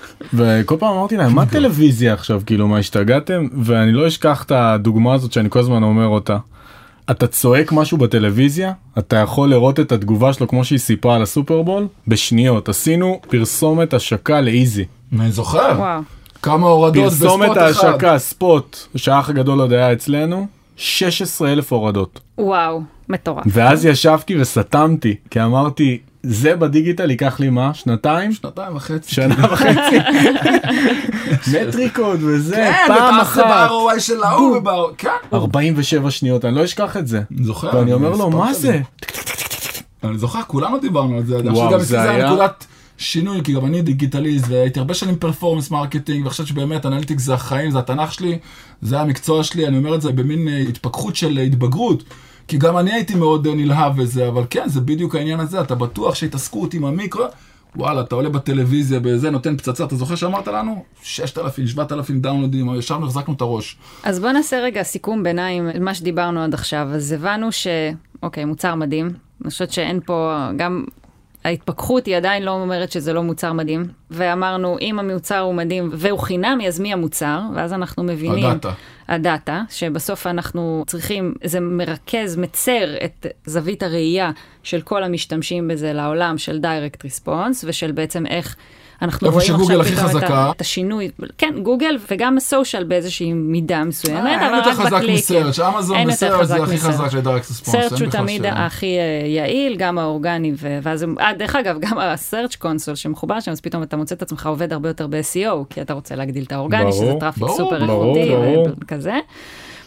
וכל פעם אמרתי להם, מה טלוויזיה עכשיו, כאילו, מה השתגעתם? ואני לא אשכח את הדוגמה הזאת שאני כל הזמן אומר אותה. אתה צועק משהו בטלוויזיה, אתה יכול לראות את התגובה שלו כמו שהיא סיפרה על הסופרבול, בשניות. עשינו פרסומת השקה לאיזי. אני זוכר. וואו. כמה הורדות בספוט אחד. פרסומת ההשקה, ספוט, שהאח הגדול עוד היה אצלנו, שש עשרה אלף הורדות. וואו, מטורף. ואז ישבתי וסתמתי, כי אמרתי, זה בדיגיטל ייקח לי מה? שנתיים? שנתיים וחצי. שנה וחצי. מטריקות וזה, פעם אחת. כן, ב-אר או איי של ההוא, כן. ארבעים ושבע שניות, אני לא אשכח את זה. אני זוכר. ואני אומר לו, מה זה? אני זוכר, כולנו דיברנו על זה. וואו, זה היה נקודת שינוי, כי גם אני דיגיטליסט, והייתי הרבה שנים פרפורמנס מרקטינג, וחשבתי שבאמת אנליטיקס זה החיים, זה התנ"ך שלי, זה המקצוע שלי, אני אומר את זה במין התפכחות של התבגרות. כי גם אני הייתי מאוד נלהב וזה, אבל כן, זה בדיוק העניין הזה, אתה בטוח שהתעסקות עם המיקרו, וואלה, אתה עולה בטלוויזיה, בזה נותן פצצה, אתה זוכר שאמרת לנו? ששת אלפים, שבעת אלפים דאונלודים, ישבנו, החזקנו את הראש. אז בוא נעשה רגע סיכום ביניים, מה שדיברנו עד עכשיו, אז הבנו ש... אוקיי, מוצר מדהים, אני חושבת שאין פה גם... ההתפכחות היא עדיין לא אומרת שזה לא מוצר מדהים, ואמרנו, אם המוצר הוא מדהים והוא חינם, אז מי המוצר? ואז אנחנו מבינים... הדאטה. הדאטה, שבסוף אנחנו צריכים, זה מרכז, מצר את זווית הראייה של כל המשתמשים בזה לעולם של direct response, ושל בעצם איך אנחנו רואים עכשיו פתאום את, את השינוי. כן, גוגל וגם הסושיאל באיזושהי מידה מסוימת, אה, אבל רק בקליקים. אין יותר חזק מסרצ', אמזון בסרצ' זה הכי חזק ל-direct response. סרצ' הוא תמיד הכי יעיל, גם האורגני, ואז, דרך אגב, גם הסרצ' קונסול שמחובר שם, אז פתאום אתה מוצא את עצמך עובד הרבה יותר ב-אס אי או, כי אתה רוצה להגדיל את האורגני, שזה טראפיק סופר איכותי וכזה.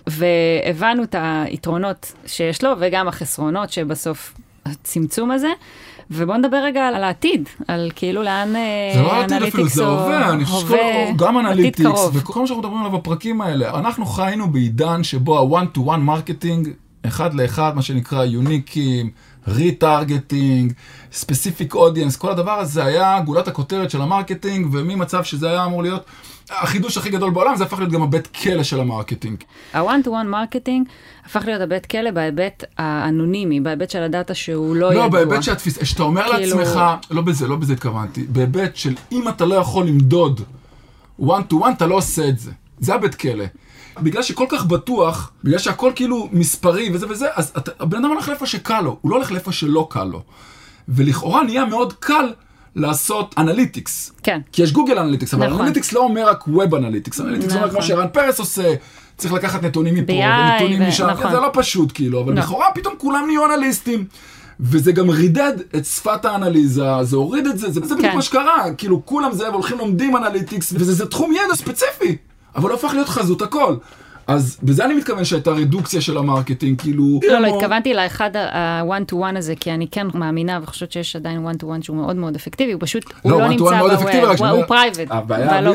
והבנו את היתרונות שיש לו, וגם החסרונות שבסוף הצמצום הזה, ובואו נדבר רגע על העתיד, על כאילו לאן זה לא העתיד אפילו, זה הווה, אני חושב שגם אנליטיקס, וכל מה שאנחנו מדברים עליו בפרקים האלה, אנחנו חיינו בעידן שבו ה-one to one מרקטינג, אחד לאחד, מה שנקרא יוניקים, ריטרגטינג, ספציפיק אודיאנס, כל הדבר הזה היה גולת הכותרת של המרקטינג, וממצב שזה היה אמור להיות החידוש הכי גדול בעולם, זה הפך להיות גם הבית כלא של המרקטינג. ה-one to one מרקטינג הפך להיות הבית כלא בהיבט האנונימי, בהיבט של הדאטה שהוא לא ידוע. לא, בהיבט שהתפיס, שאתה אומר לעצמך, לא בזה, לא בזה התכוונתי, בהיבט של אם אתה לא יכול למדוד one to one, אתה לא עושה את זה. זה הבית כלא. בגלל שכל כך בטוח, בגלל שהכל כאילו מספרי וזה וזה, אז אתה, הבן אדם הולך לאיפה שקל לו, הוא לא הולך לאיפה שלא קל לו. ולכאורה נהיה מאוד קל לעשות אנליטיקס. כן. כי יש גוגל אנליטיקס, אבל נכון. אנליטיקס לא אומר רק ווב אנליטיקס. אנליטיקס נכון. אומר כמו שרן פרס עושה, צריך לקחת נתונים מפה ב איי ונתונים ו... משם, נכון. זה לא פשוט כאילו, אבל לא. לכאורה פתאום כולם נהיו אנליסטים. וזה גם רידד את שפת האנליזה, זה הוריד את זה, זה, זה בדיוק כן. מה שקרה, כאילו כולם זה הולכים לומדים אנליטיקס, וזה זה תחום ידע ספציפי, אבל לא הפך להיות חזות הכל. אז בזה אני מתכוון שהייתה רדוקציה של המרקטינג, כאילו... לא, לא, התכוונתי לאחד ה-one to one הזה, כי אני כן מאמינה וחושבת שיש עדיין one to one שהוא מאוד מאוד אפקטיבי, הוא פשוט, הוא לא נמצא בווב, הוא פרייבט, הבעיה,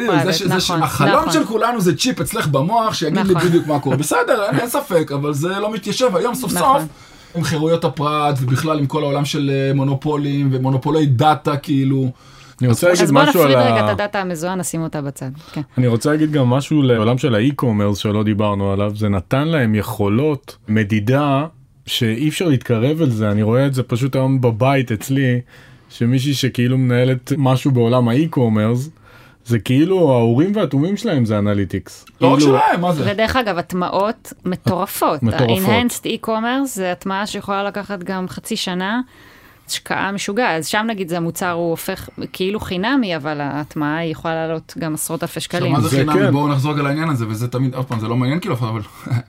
החלום של כולנו זה צ'יפ אצלך במוח, שיגיד לי בדיוק מה קורה. בסדר, אין ספק, אבל זה לא מתיישב. היום סוף סוף, עם חירויות הפרט, ובכלל עם כל העולם של מונופולים, ומונופולי דאטה, כאילו... אז בוא נפריד רגע את הדאטה המזוהה, נשים אותה בצד. אני רוצה להגיד גם משהו לעולם של האי-קומרס שלא דיברנו עליו, זה נתן להם יכולות מדידה שאי אפשר להתקרב אל זה, אני רואה את זה פשוט היום בבית אצלי, שמישהי שכאילו מנהלת משהו בעולם האי-קומרס, זה כאילו ההורים והתאומים שלהם זה אנליטיקס. לא רק שלהם, מה זה? ודרך אגב, הטמעות מטורפות. ה-Enhanced e-commerce זה הטמעה שיכולה לקחת גם חצי שנה, השקעה משוגע, אז שם נגיד זה המוצר הוא הופך כאילו חינמי, אבל ההטמעה היא יכולה לעלות גם עשרות אלפי שקלים. מה זה חינמי? בואו נחזור על העניין הזה, וזה תמיד, אף פעם, זה לא מעניין כאילו, אבל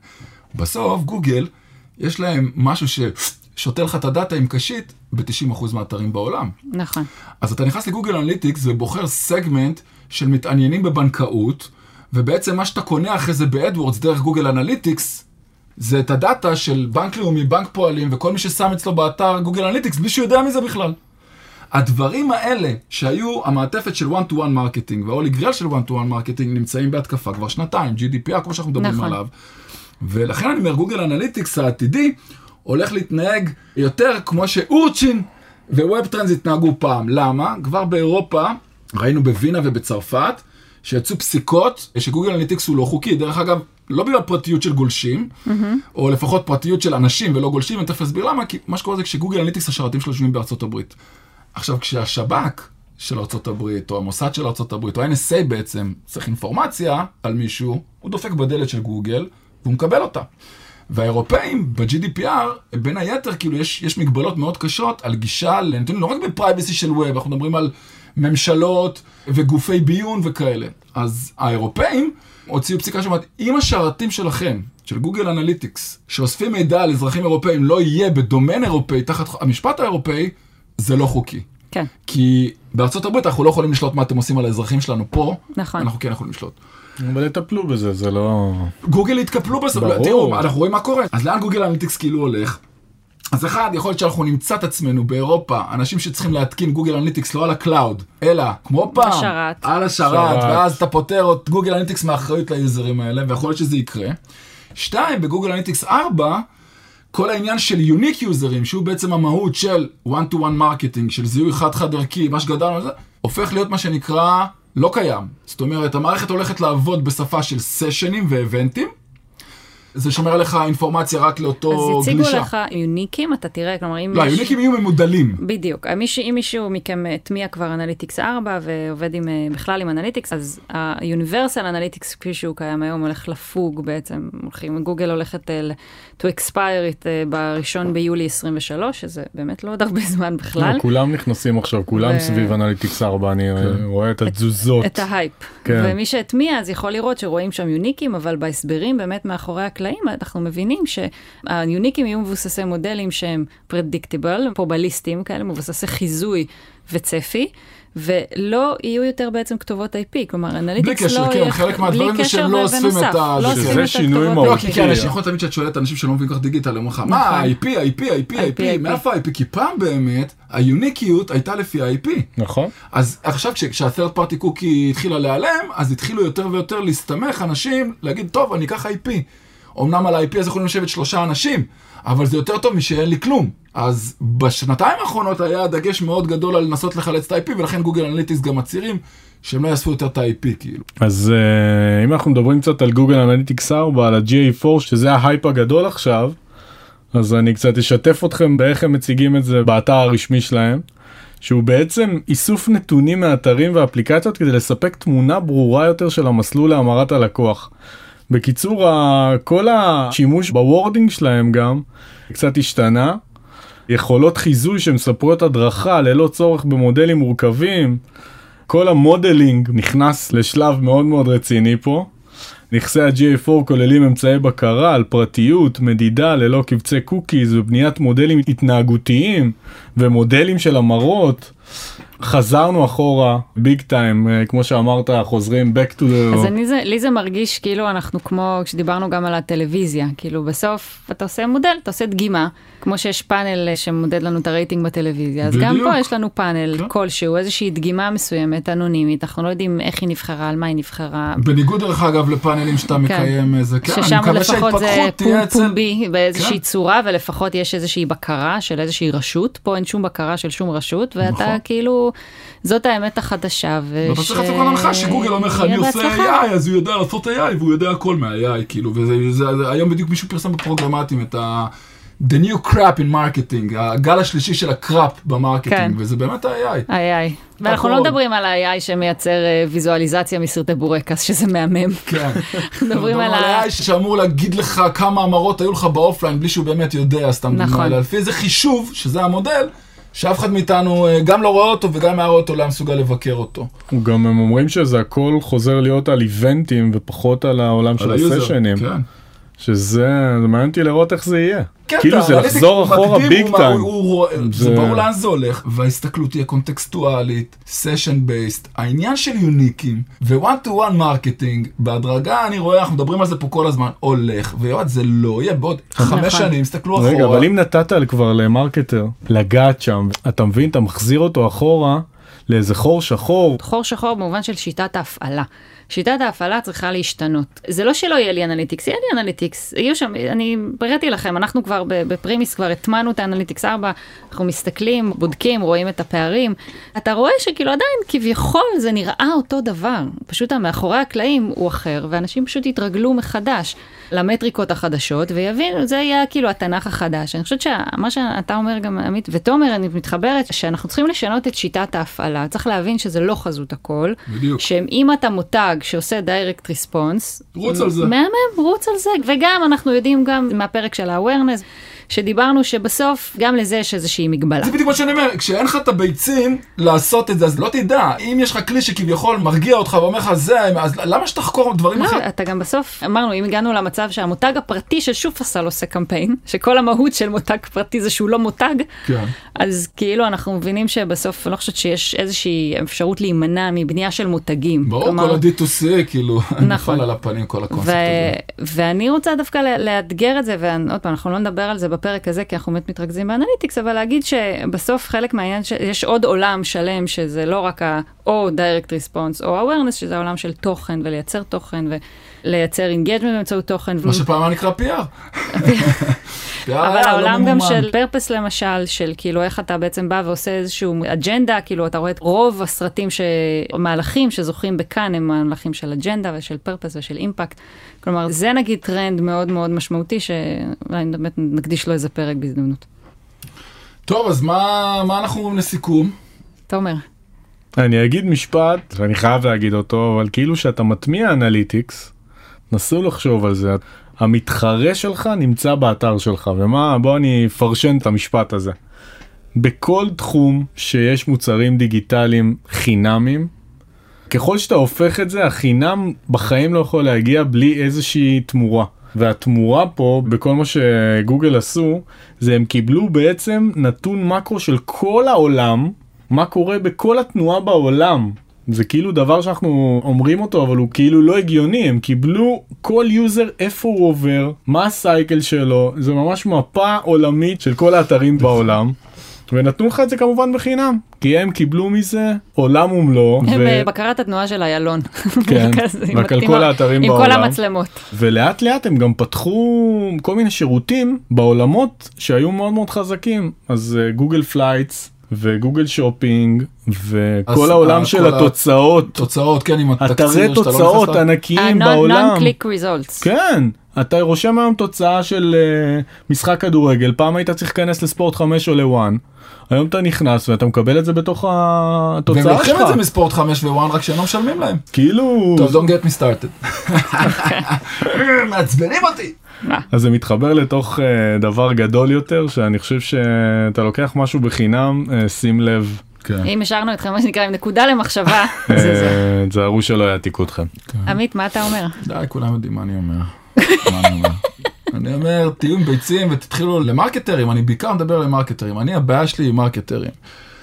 בסוף גוגל, יש להם משהו ששותה לך את הדאטה עם קשית ב-תשעים אחוז מהאתרים בעולם. נכון. אז אתה נכנס לגוגל אנליטיקס ובוחר סגמנט של מתעניינים בבנקאות, ובעצם מה שאתה קונה אחרי זה באדוורדס דרך גוגל אנליטיקס, זה את הדאטה של בנק לאומי, בנק פועלים, וכל מי ששם אצלו באתר גוגל אנליטיקס, בלי שהוא יודע מזה בכלל. הדברים האלה שהיו המעטפת של one to one מרקטינג, והאולי גריל של one to one מרקטינג נמצאים בהתקפה כבר שנתיים, ג'י די פי אייר, כמו שאנחנו מדברים נכון. עליו. ולכן אני אומר, גוגל אנליטיקס העתידי הולך להתנהג יותר כמו שאורצ'ין וווב טרנדס התנהגו פעם. למה? כבר באירופה, ראינו בווינה ובצרפת, שיצאו פסיקות שגוגל אנליטיקס הוא לא חוקי. דרך אגב, לא בגלל פרטיות של גולשים, mm-hmm. או לפחות פרטיות של אנשים ולא גולשים, אני תכף אסביר למה, כי מה שקורה זה כשגוגל אנליטיקס השרתים שלו יושבים בארצות הברית. עכשיו, כשהשב"כ של ארצות הברית, או המוסד של ארצות הברית, או ה-אן אס איי בעצם, צריך אינפורמציה על מישהו, הוא דופק בדלת של גוגל, והוא מקבל אותה. והאירופאים, ב-ג'י די פי אייר, בין היתר, כאילו, יש, יש מגבלות מאוד קשות על גישה לנתונים, לא רק בפרייבסי של ווב, אנחנו מדברים על ממשלות וגופי ביון וכאלה. אז האירופאים הוציאו פסיקה שאומרת, אם השרתים שלכם, של גוגל אנליטיקס, שאוספים מידע על אזרחים אירופאים, לא יהיה בדומיין אירופאי, תחת המשפט האירופאי, זה לא חוקי. כן. כי בארצות הברית אנחנו לא יכולים לשלוט מה אתם עושים על האזרחים שלנו פה, נכון. אנחנו כן יכולים לשלוט. אבל יטפלו בזה, זה לא... גוגל התקפלו בסוף, תראו, אנחנו רואים מה קורה. אז לאן גוגל אנליטיקס כאילו הולך? אז אחד, יכול להיות שאנחנו נמצא את עצמנו באירופה, אנשים שצריכים להתקין גוגל אנליטיקס לא על הקלאוד, אלא כמו פעם, בשרת. על השרת, ואז אתה פותר את גוגל אנליטיקס מאחריות ליוזרים האלה, ויכול להיות שזה יקרה. שתיים, בגוגל אנליטיקס ארבע, כל העניין של יוניק יוזרים, שהוא בעצם המהות של one to one מרקטינג, של זיהוי חד חד ערכי, מה שגדלנו על זה, הופך להיות מה שנקרא לא קיים. זאת אומרת, המערכת הולכת לעבוד בשפה של סשנים ואבנטים, זה שומר עליך אינפורמציה רק לאותו גלישה. אז הציגו לך יוניקים, אתה תראה, כלומר, אם... לא, יוניקים יהיו ממודלים. בדיוק. אם מישהו מכם תמיע כבר אנליטיקס ארבע ועובד עם, בכלל עם אנליטיקס, אז ה-Universal Analytics, כפי שהוא קיים היום, הולך לפוג בעצם. הולכים, גוגל הולכת to expire it בראשון ביולי עשרים ושלוש, שזה באמת לא עוד הרבה זמן בכלל. כולם נכנסים עכשיו, כולם סביב אנליטיקס ארבע, אני רואה את התזוזות. את ההייפ. ומי שהתמיע, אז יכול לראות שרואים שם יוניקים, אבל בהסברים באמת מאחורי הקלעים, אנחנו מבינים שהיוניקים יהיו מבוססי מודלים שהם predictable, פרובליסטים כאלה, מבוססי חיזוי וצפי, ולא יהיו יותר בעצם כתובות איי פי, כלומר, אנליטיקס לא... בלי קשר, כן, חלק מהדברים זה שהם לא אוספים את ה... שזה שינוי מהותי. לא, כי כן, יש יכול תמיד שאת שואלת אנשים שלא מבינים כך דיגיטל, אומרים לך, מה, איי פי, איי פי, איי פי, איי פי, מאיפה איי פי? כי פעם באמת, היוניקיות הייתה לפי איי פי. נכון. אז עכשיו, כשה-third party cookie התחילה להיעלם, אז התחילו יותר ויותר להסתמך אנשים, להגיד, טוב, אני אקח איי פי. אמנם על ה-איי פי אז יכולים לשבת שלושה אנשים, אבל זה יותר טוב משאין לי כלום. אז בשנתיים האחרונות היה דגש מאוד גדול על לנסות לחלץ את ה-איי פי, ולכן גוגל אנליטיקס גם מצהירים שהם לא יאספו יותר את ה-איי פי, כאילו. אז uh, אם אנחנו מדברים קצת על גוגל אנליטיקס ארבע, על ה-ג'י איי פור, שזה ההייפ הגדול עכשיו, אז אני קצת אשתף אתכם באיך הם מציגים את זה באתר הרשמי שלהם, שהוא בעצם איסוף נתונים מאתרים ואפליקציות כדי לספק תמונה ברורה יותר של המסלול להמרת הלקוח. בקיצור, כל השימוש בוורדינג שלהם גם קצת השתנה. יכולות חיזוי שמספרות הדרכה ללא צורך במודלים מורכבים. כל המודלינג נכנס לשלב מאוד מאוד רציני פה. נכסי ה-ג'י איי פור כוללים אמצעי בקרה על פרטיות, מדידה ללא קבצי קוקיז ובניית מודלים התנהגותיים ומודלים של המרות. חזרנו אחורה, ביג טיים, כמו שאמרת, חוזרים back to the... אז אני זה, לי זה מרגיש כאילו אנחנו כמו, כשדיברנו גם על הטלוויזיה, כאילו בסוף אתה עושה מודל, אתה עושה דגימה, כמו שיש פאנל שמודד לנו את הרייטינג בטלוויזיה, אז גם פה יש לנו פאנל כלשהו, איזושהי דגימה מסוימת, אנונימית, אנחנו לא יודעים איך היא נבחרה, על מה היא נבחרה. בניגוד דרך אגב לפאנלים שאתה מקיים איזה, ששם לפחות זה פומבי באיזושהי צורה, ולפחות יש איזושהי בקרה של איזושהי רשות, פה אין שום בקרה של שום רשות, ואתה כאילו, זאת האמת החדשה. ואתה צריך לצאת הנחה שגוגל אומר לך, אני עושה איי איי, אז הוא יודע לעשות איי איי, והוא יודע הכל מה-איי איי, כאילו, והיום בדיוק מישהו פרסם בפרוגרמטים את ה... The new crap in marketing, הגל השלישי של הקראפ במרקטינג, וזה באמת ה-איי איי. איי איי. ואנחנו לא מדברים על ה-איי איי שמייצר ויזואליזציה מסרטי בורקס, שזה מהמם. כן. אנחנו מדברים על ה-איי איי שאמור להגיד לך כמה אמרות היו לך באופליין, בלי שהוא באמת יודע, סתם דוגמה, אלא לפי איזה חישוב, שזה המודל, שאף אחד מאיתנו גם לא רואה אותו, וגם היה רואה אותו, לא מסוגל לבקר אותו. גם הם אומרים שזה הכל חוזר להיות על איבנטים, ופחות על העולם של הסשנים. כן. שזה, זה מעניין אותי לראות איך זה יהיה. כאילו זה לחזור אחורה ביג טיים. זה ברור לאן זה הולך, וההסתכלות תהיה קונטקסטואלית, סשן בייסט, העניין של יוניקים, ו-one to one מרקטינג, בהדרגה אני רואה, אנחנו מדברים על זה פה כל הזמן, הולך, ויועד זה לא יהיה בעוד חמש שנים, הסתכלו אחורה. רגע, אבל אם נתת כבר למרקטר, לגעת שם, אתה מבין, אתה מחזיר אותו אחורה, לאיזה חור שחור. חור שחור במובן של שיטת ההפעלה. שיטת ההפעלה צריכה להשתנות. זה לא שלא יהיה לי אנליטיקס, יהיה לי אנליטיקס. יהיו שם, אני בראתי לכם, אנחנו כבר בפרימיס כבר התמנו את האנליטיקס ארבע, אנחנו מסתכלים, בודקים, רואים את הפערים. אתה רואה שכאילו עדיין כביכול זה נראה אותו דבר. פשוט מאחורי הקלעים הוא אחר, ואנשים פשוט יתרגלו מחדש למטריקות החדשות, ויבינו, זה יהיה כאילו התנ"ך החדש. אני חושבת שמה שאתה אומר גם עמית, ותומר, אני מתחברת, שאנחנו צריכים לשנות את שיטת ההפעלה. צריך להבין שזה לא חזות הכל. בדיוק. שאם אתה מותג שעושה direct response, רוץ על זה. מהמם, רוץ על זה. וגם אנחנו יודעים גם מהפרק של ה-awareness, שדיברנו שבסוף גם לזה יש איזושהי מגבלה. זה בדיוק מה שאני אומר, כשאין לך את הביצים לעשות את זה, אז לא תדע. אם יש לך כלי שכביכול מרגיע אותך ואומר לך זה, אז למה שתחקור דברים אחרים? לא, אתה גם בסוף, אמרנו, אם הגענו למצב שהמותג הפרטי של שופרסל עושה קמפיין, שכל המהות של מותג פרטי זה שהוא לא מותג, כן. אז כאילו אנחנו מבינים שבסוף, אני לא חושבת שיש איזושהי אפשרות להימנע מבנייה של מותגים. ברור, כלומר, כל ה-די טו סי, כאילו, נפל על הפנים, כל הקונספט הזה. ואני רוצה דווקא לאתגר את זה, ועוד פעם, אנחנו לא נדבר על זה בפרק הזה, כי אנחנו באמת מתרכזים באנליטיקס, אבל להגיד שבסוף חלק מהעניין, שיש עוד עולם שלם, שזה לא רק ה- או direct response, או awareness, שזה העולם של תוכן, ולייצר תוכן, ולייצר engagement באמצעות תוכן. מה שפעם נקרא פי אר. אבל העולם גם של פרפס למשל, של כאילו איך אתה בעצם בא ועושה איזשהו אג'נדה, כאילו אתה רואה את רוב הסרטים, מהלכים שזוכים בכאן, הם מהלכים של אג'נדה ושל פרפס ושל אימפקט. כלומר, זה נגיד טרנד מאוד מאוד משמעותי, שאולי באמת נקדיש לו איזה פרק בהזדמנות. טוב, אז מה, מה אנחנו אומרים לסיכום? תומר. אני אגיד משפט, ואני חייב להגיד אותו, אבל כאילו שאתה מטמיע אנליטיקס, נסו לחשוב על זה. המתחרה שלך נמצא באתר שלך, ומה, בוא אני אפרשן את המשפט הזה. בכל תחום שיש מוצרים דיגיטליים חינמים, ככל שאתה הופך את זה, החינם בחיים לא יכול להגיע בלי איזושהי תמורה. והתמורה פה, בכל מה שגוגל עשו, זה הם קיבלו בעצם נתון מקרו של כל העולם, מה קורה בכל התנועה בעולם. זה כאילו דבר שאנחנו אומרים אותו, אבל הוא כאילו לא הגיוני. הם קיבלו כל יוזר איפה הוא עובר, מה הסייקל שלו, זה ממש מפה עולמית של כל האתרים בעולם. ונתנו לך את זה כמובן בחינם, כי הם קיבלו מזה עולם ומלואו. הם בקרת התנועה של איילון. כן, רק על כל האתרים בעולם. עם כל המצלמות. ולאט לאט הם גם פתחו כל מיני שירותים בעולמות שהיו מאוד מאוד חזקים. אז גוגל פלייטס וגוגל שופינג וכל העולם של התוצאות. תוצאות, כן, עם התקציר. אתרי תוצאות ענקיים בעולם. non-click results. כן. אתה רושם היום תוצאה של uh, משחק כדורגל, פעם היית צריך להיכנס לספורט חמש או לוואן, היום אתה נכנס ואתה מקבל את זה בתוך התוצאה שלך. והם לוקחים את זה מספורט חמש ווואן, רק שהם לא משלמים להם. כאילו... טוב, don't get me started. מעצבנים אותי. אז זה מתחבר לתוך uh, דבר גדול יותר, שאני חושב שאתה לוקח משהו בחינם, uh, שים לב. אם השארנו אתכם, מה שנקרא, עם נקודה למחשבה. תזהרו שלא יעתיקו אתכם. עמית, מה אתה אומר? די, כולם יודעים מה אני אומר. אני אומר, תהיו עם ביצים ותתחילו למרקטרים, אני בעיקר מדבר למרקטרים, אני הבעיה שלי עם מרקטרים.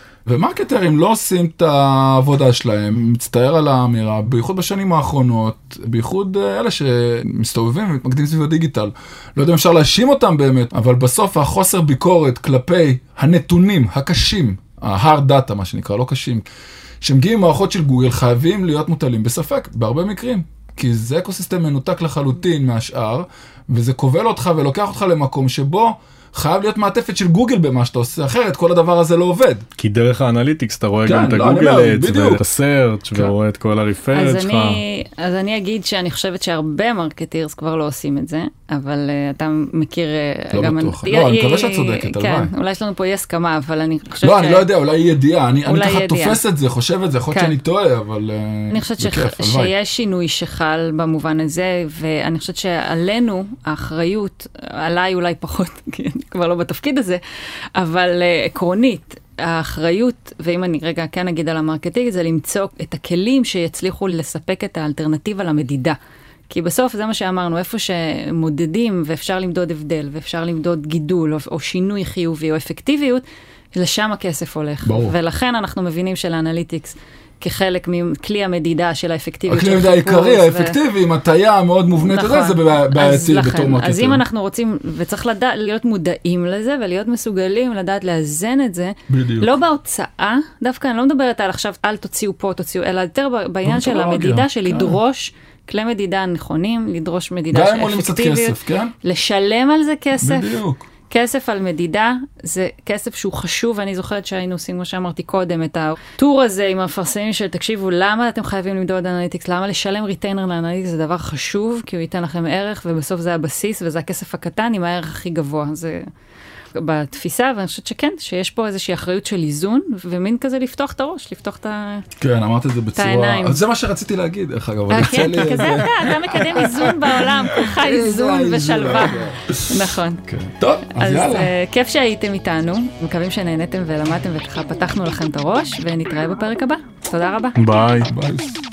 ומרקטרים לא עושים את העבודה שלהם, מצטער על האמירה, בייחוד בשנים האחרונות, בייחוד אלה שמסתובבים ומתמקדים סביב הדיגיטל. לא יודע אם אפשר להאשים אותם באמת, אבל בסוף החוסר ביקורת כלפי הנתונים הקשים, ה-hard data מה שנקרא, לא קשים, שמגיעים מערכות של גוגל חייבים להיות מוטלים בספק, בהרבה מקרים. כי זה אקוסיסטם מנותק לחלוטין מהשאר, וזה כובל אותך ולוקח אותך למקום שבו חייב להיות מעטפת של גוגל במה שאתה עושה, אחרת כל הדבר הזה לא עובד. כי דרך האנליטיקס אתה רואה גם את הגוגל אדס ואת הסרצ' ורואה את כל הריפרנס שלך. אז אני אגיד שאני חושבת שהרבה מרקטירס כבר לא עושים את זה, אבל אתה מכיר... לא בטוח. לא, אני מקווה שאת צודקת, הלוואי. כן, אולי יש לנו פה אי הסכמה, אבל אני חושבת ש... לא, אני לא יודע, אולי היא ידיעה. אני ככה תופס את זה, חושב את זה, יכול להיות שאני טועה, אבל... אני חושבת שיש שינוי שחל במובן הזה, ואני חושבת שעלינו, האחריות, עליי אולי פחות, כי אני כבר לא בתפקיד הזה, אבל עקרונית, האחריות, ואם אני רגע כן אגיד על המרקטינג, זה למצוא את הכלים שיצליחו לספק את האלטרנטיבה למדידה. כי בסוף זה מה שאמרנו, איפה שמודדים ואפשר למדוד הבדל, ואפשר למדוד גידול, או, או שינוי חיובי, או אפקטיביות, לשם הכסף הולך. ברור. ולכן אנחנו מבינים שלאנליטיקס, כחלק מכלי המדידה של האפקטיביות. הכלי המדידה העיקרי, האפקטיבי, עם הטיה מאוד מובנית, זה בעייתי בתור מרקטר. אז אם אנחנו רוצים, וצריך להיות מודעים לזה, ולהיות מסוגלים לדעת לאזן את זה, לא בהוצאה, דווקא אני לא מדברת על עכשיו, אל תוציאו פה, תוציאו, אלא יותר בעניין של המדידה, של לדרוש כלי מדידה נכונים, לדרוש מדידה של אפקטיביות, לשלם על זה כסף. בדיוק. כסף על מדידה, זה כסף שהוא חשוב, ואני זוכרת שהיינו עושים, כמו שאמרתי קודם, את הטור הזה עם המפרסמים של תקשיבו, למה אתם חייבים למדוד אנליטיקס, למה לשלם ריטיינר לאנליטיקס, זה דבר חשוב, כי הוא ייתן לכם ערך, ובסוף זה הבסיס, וזה הכסף הקטן עם הערך הכי גבוה. זה בתפיסה, ואני חושבת שכן, שיש פה איזושהי אחריות של איזון, ומין כזה לפתוח את הראש, לפתוח את העיניים. כן, אמרת את זה בצורה... אז זה מה שרציתי להגיד, איך אגב, אבל יצא לי... כזה אתה, אתה מקדם איזון בעולם, כולך איזון ושלווה. נכון. טוב, אז יאללה. אז כיף שהייתם איתנו, מקווים שנהנתם ולמדתם, וככה פתחנו לכם את הראש, ונתראה בפרק הבא. תודה רבה. ביי. ביי.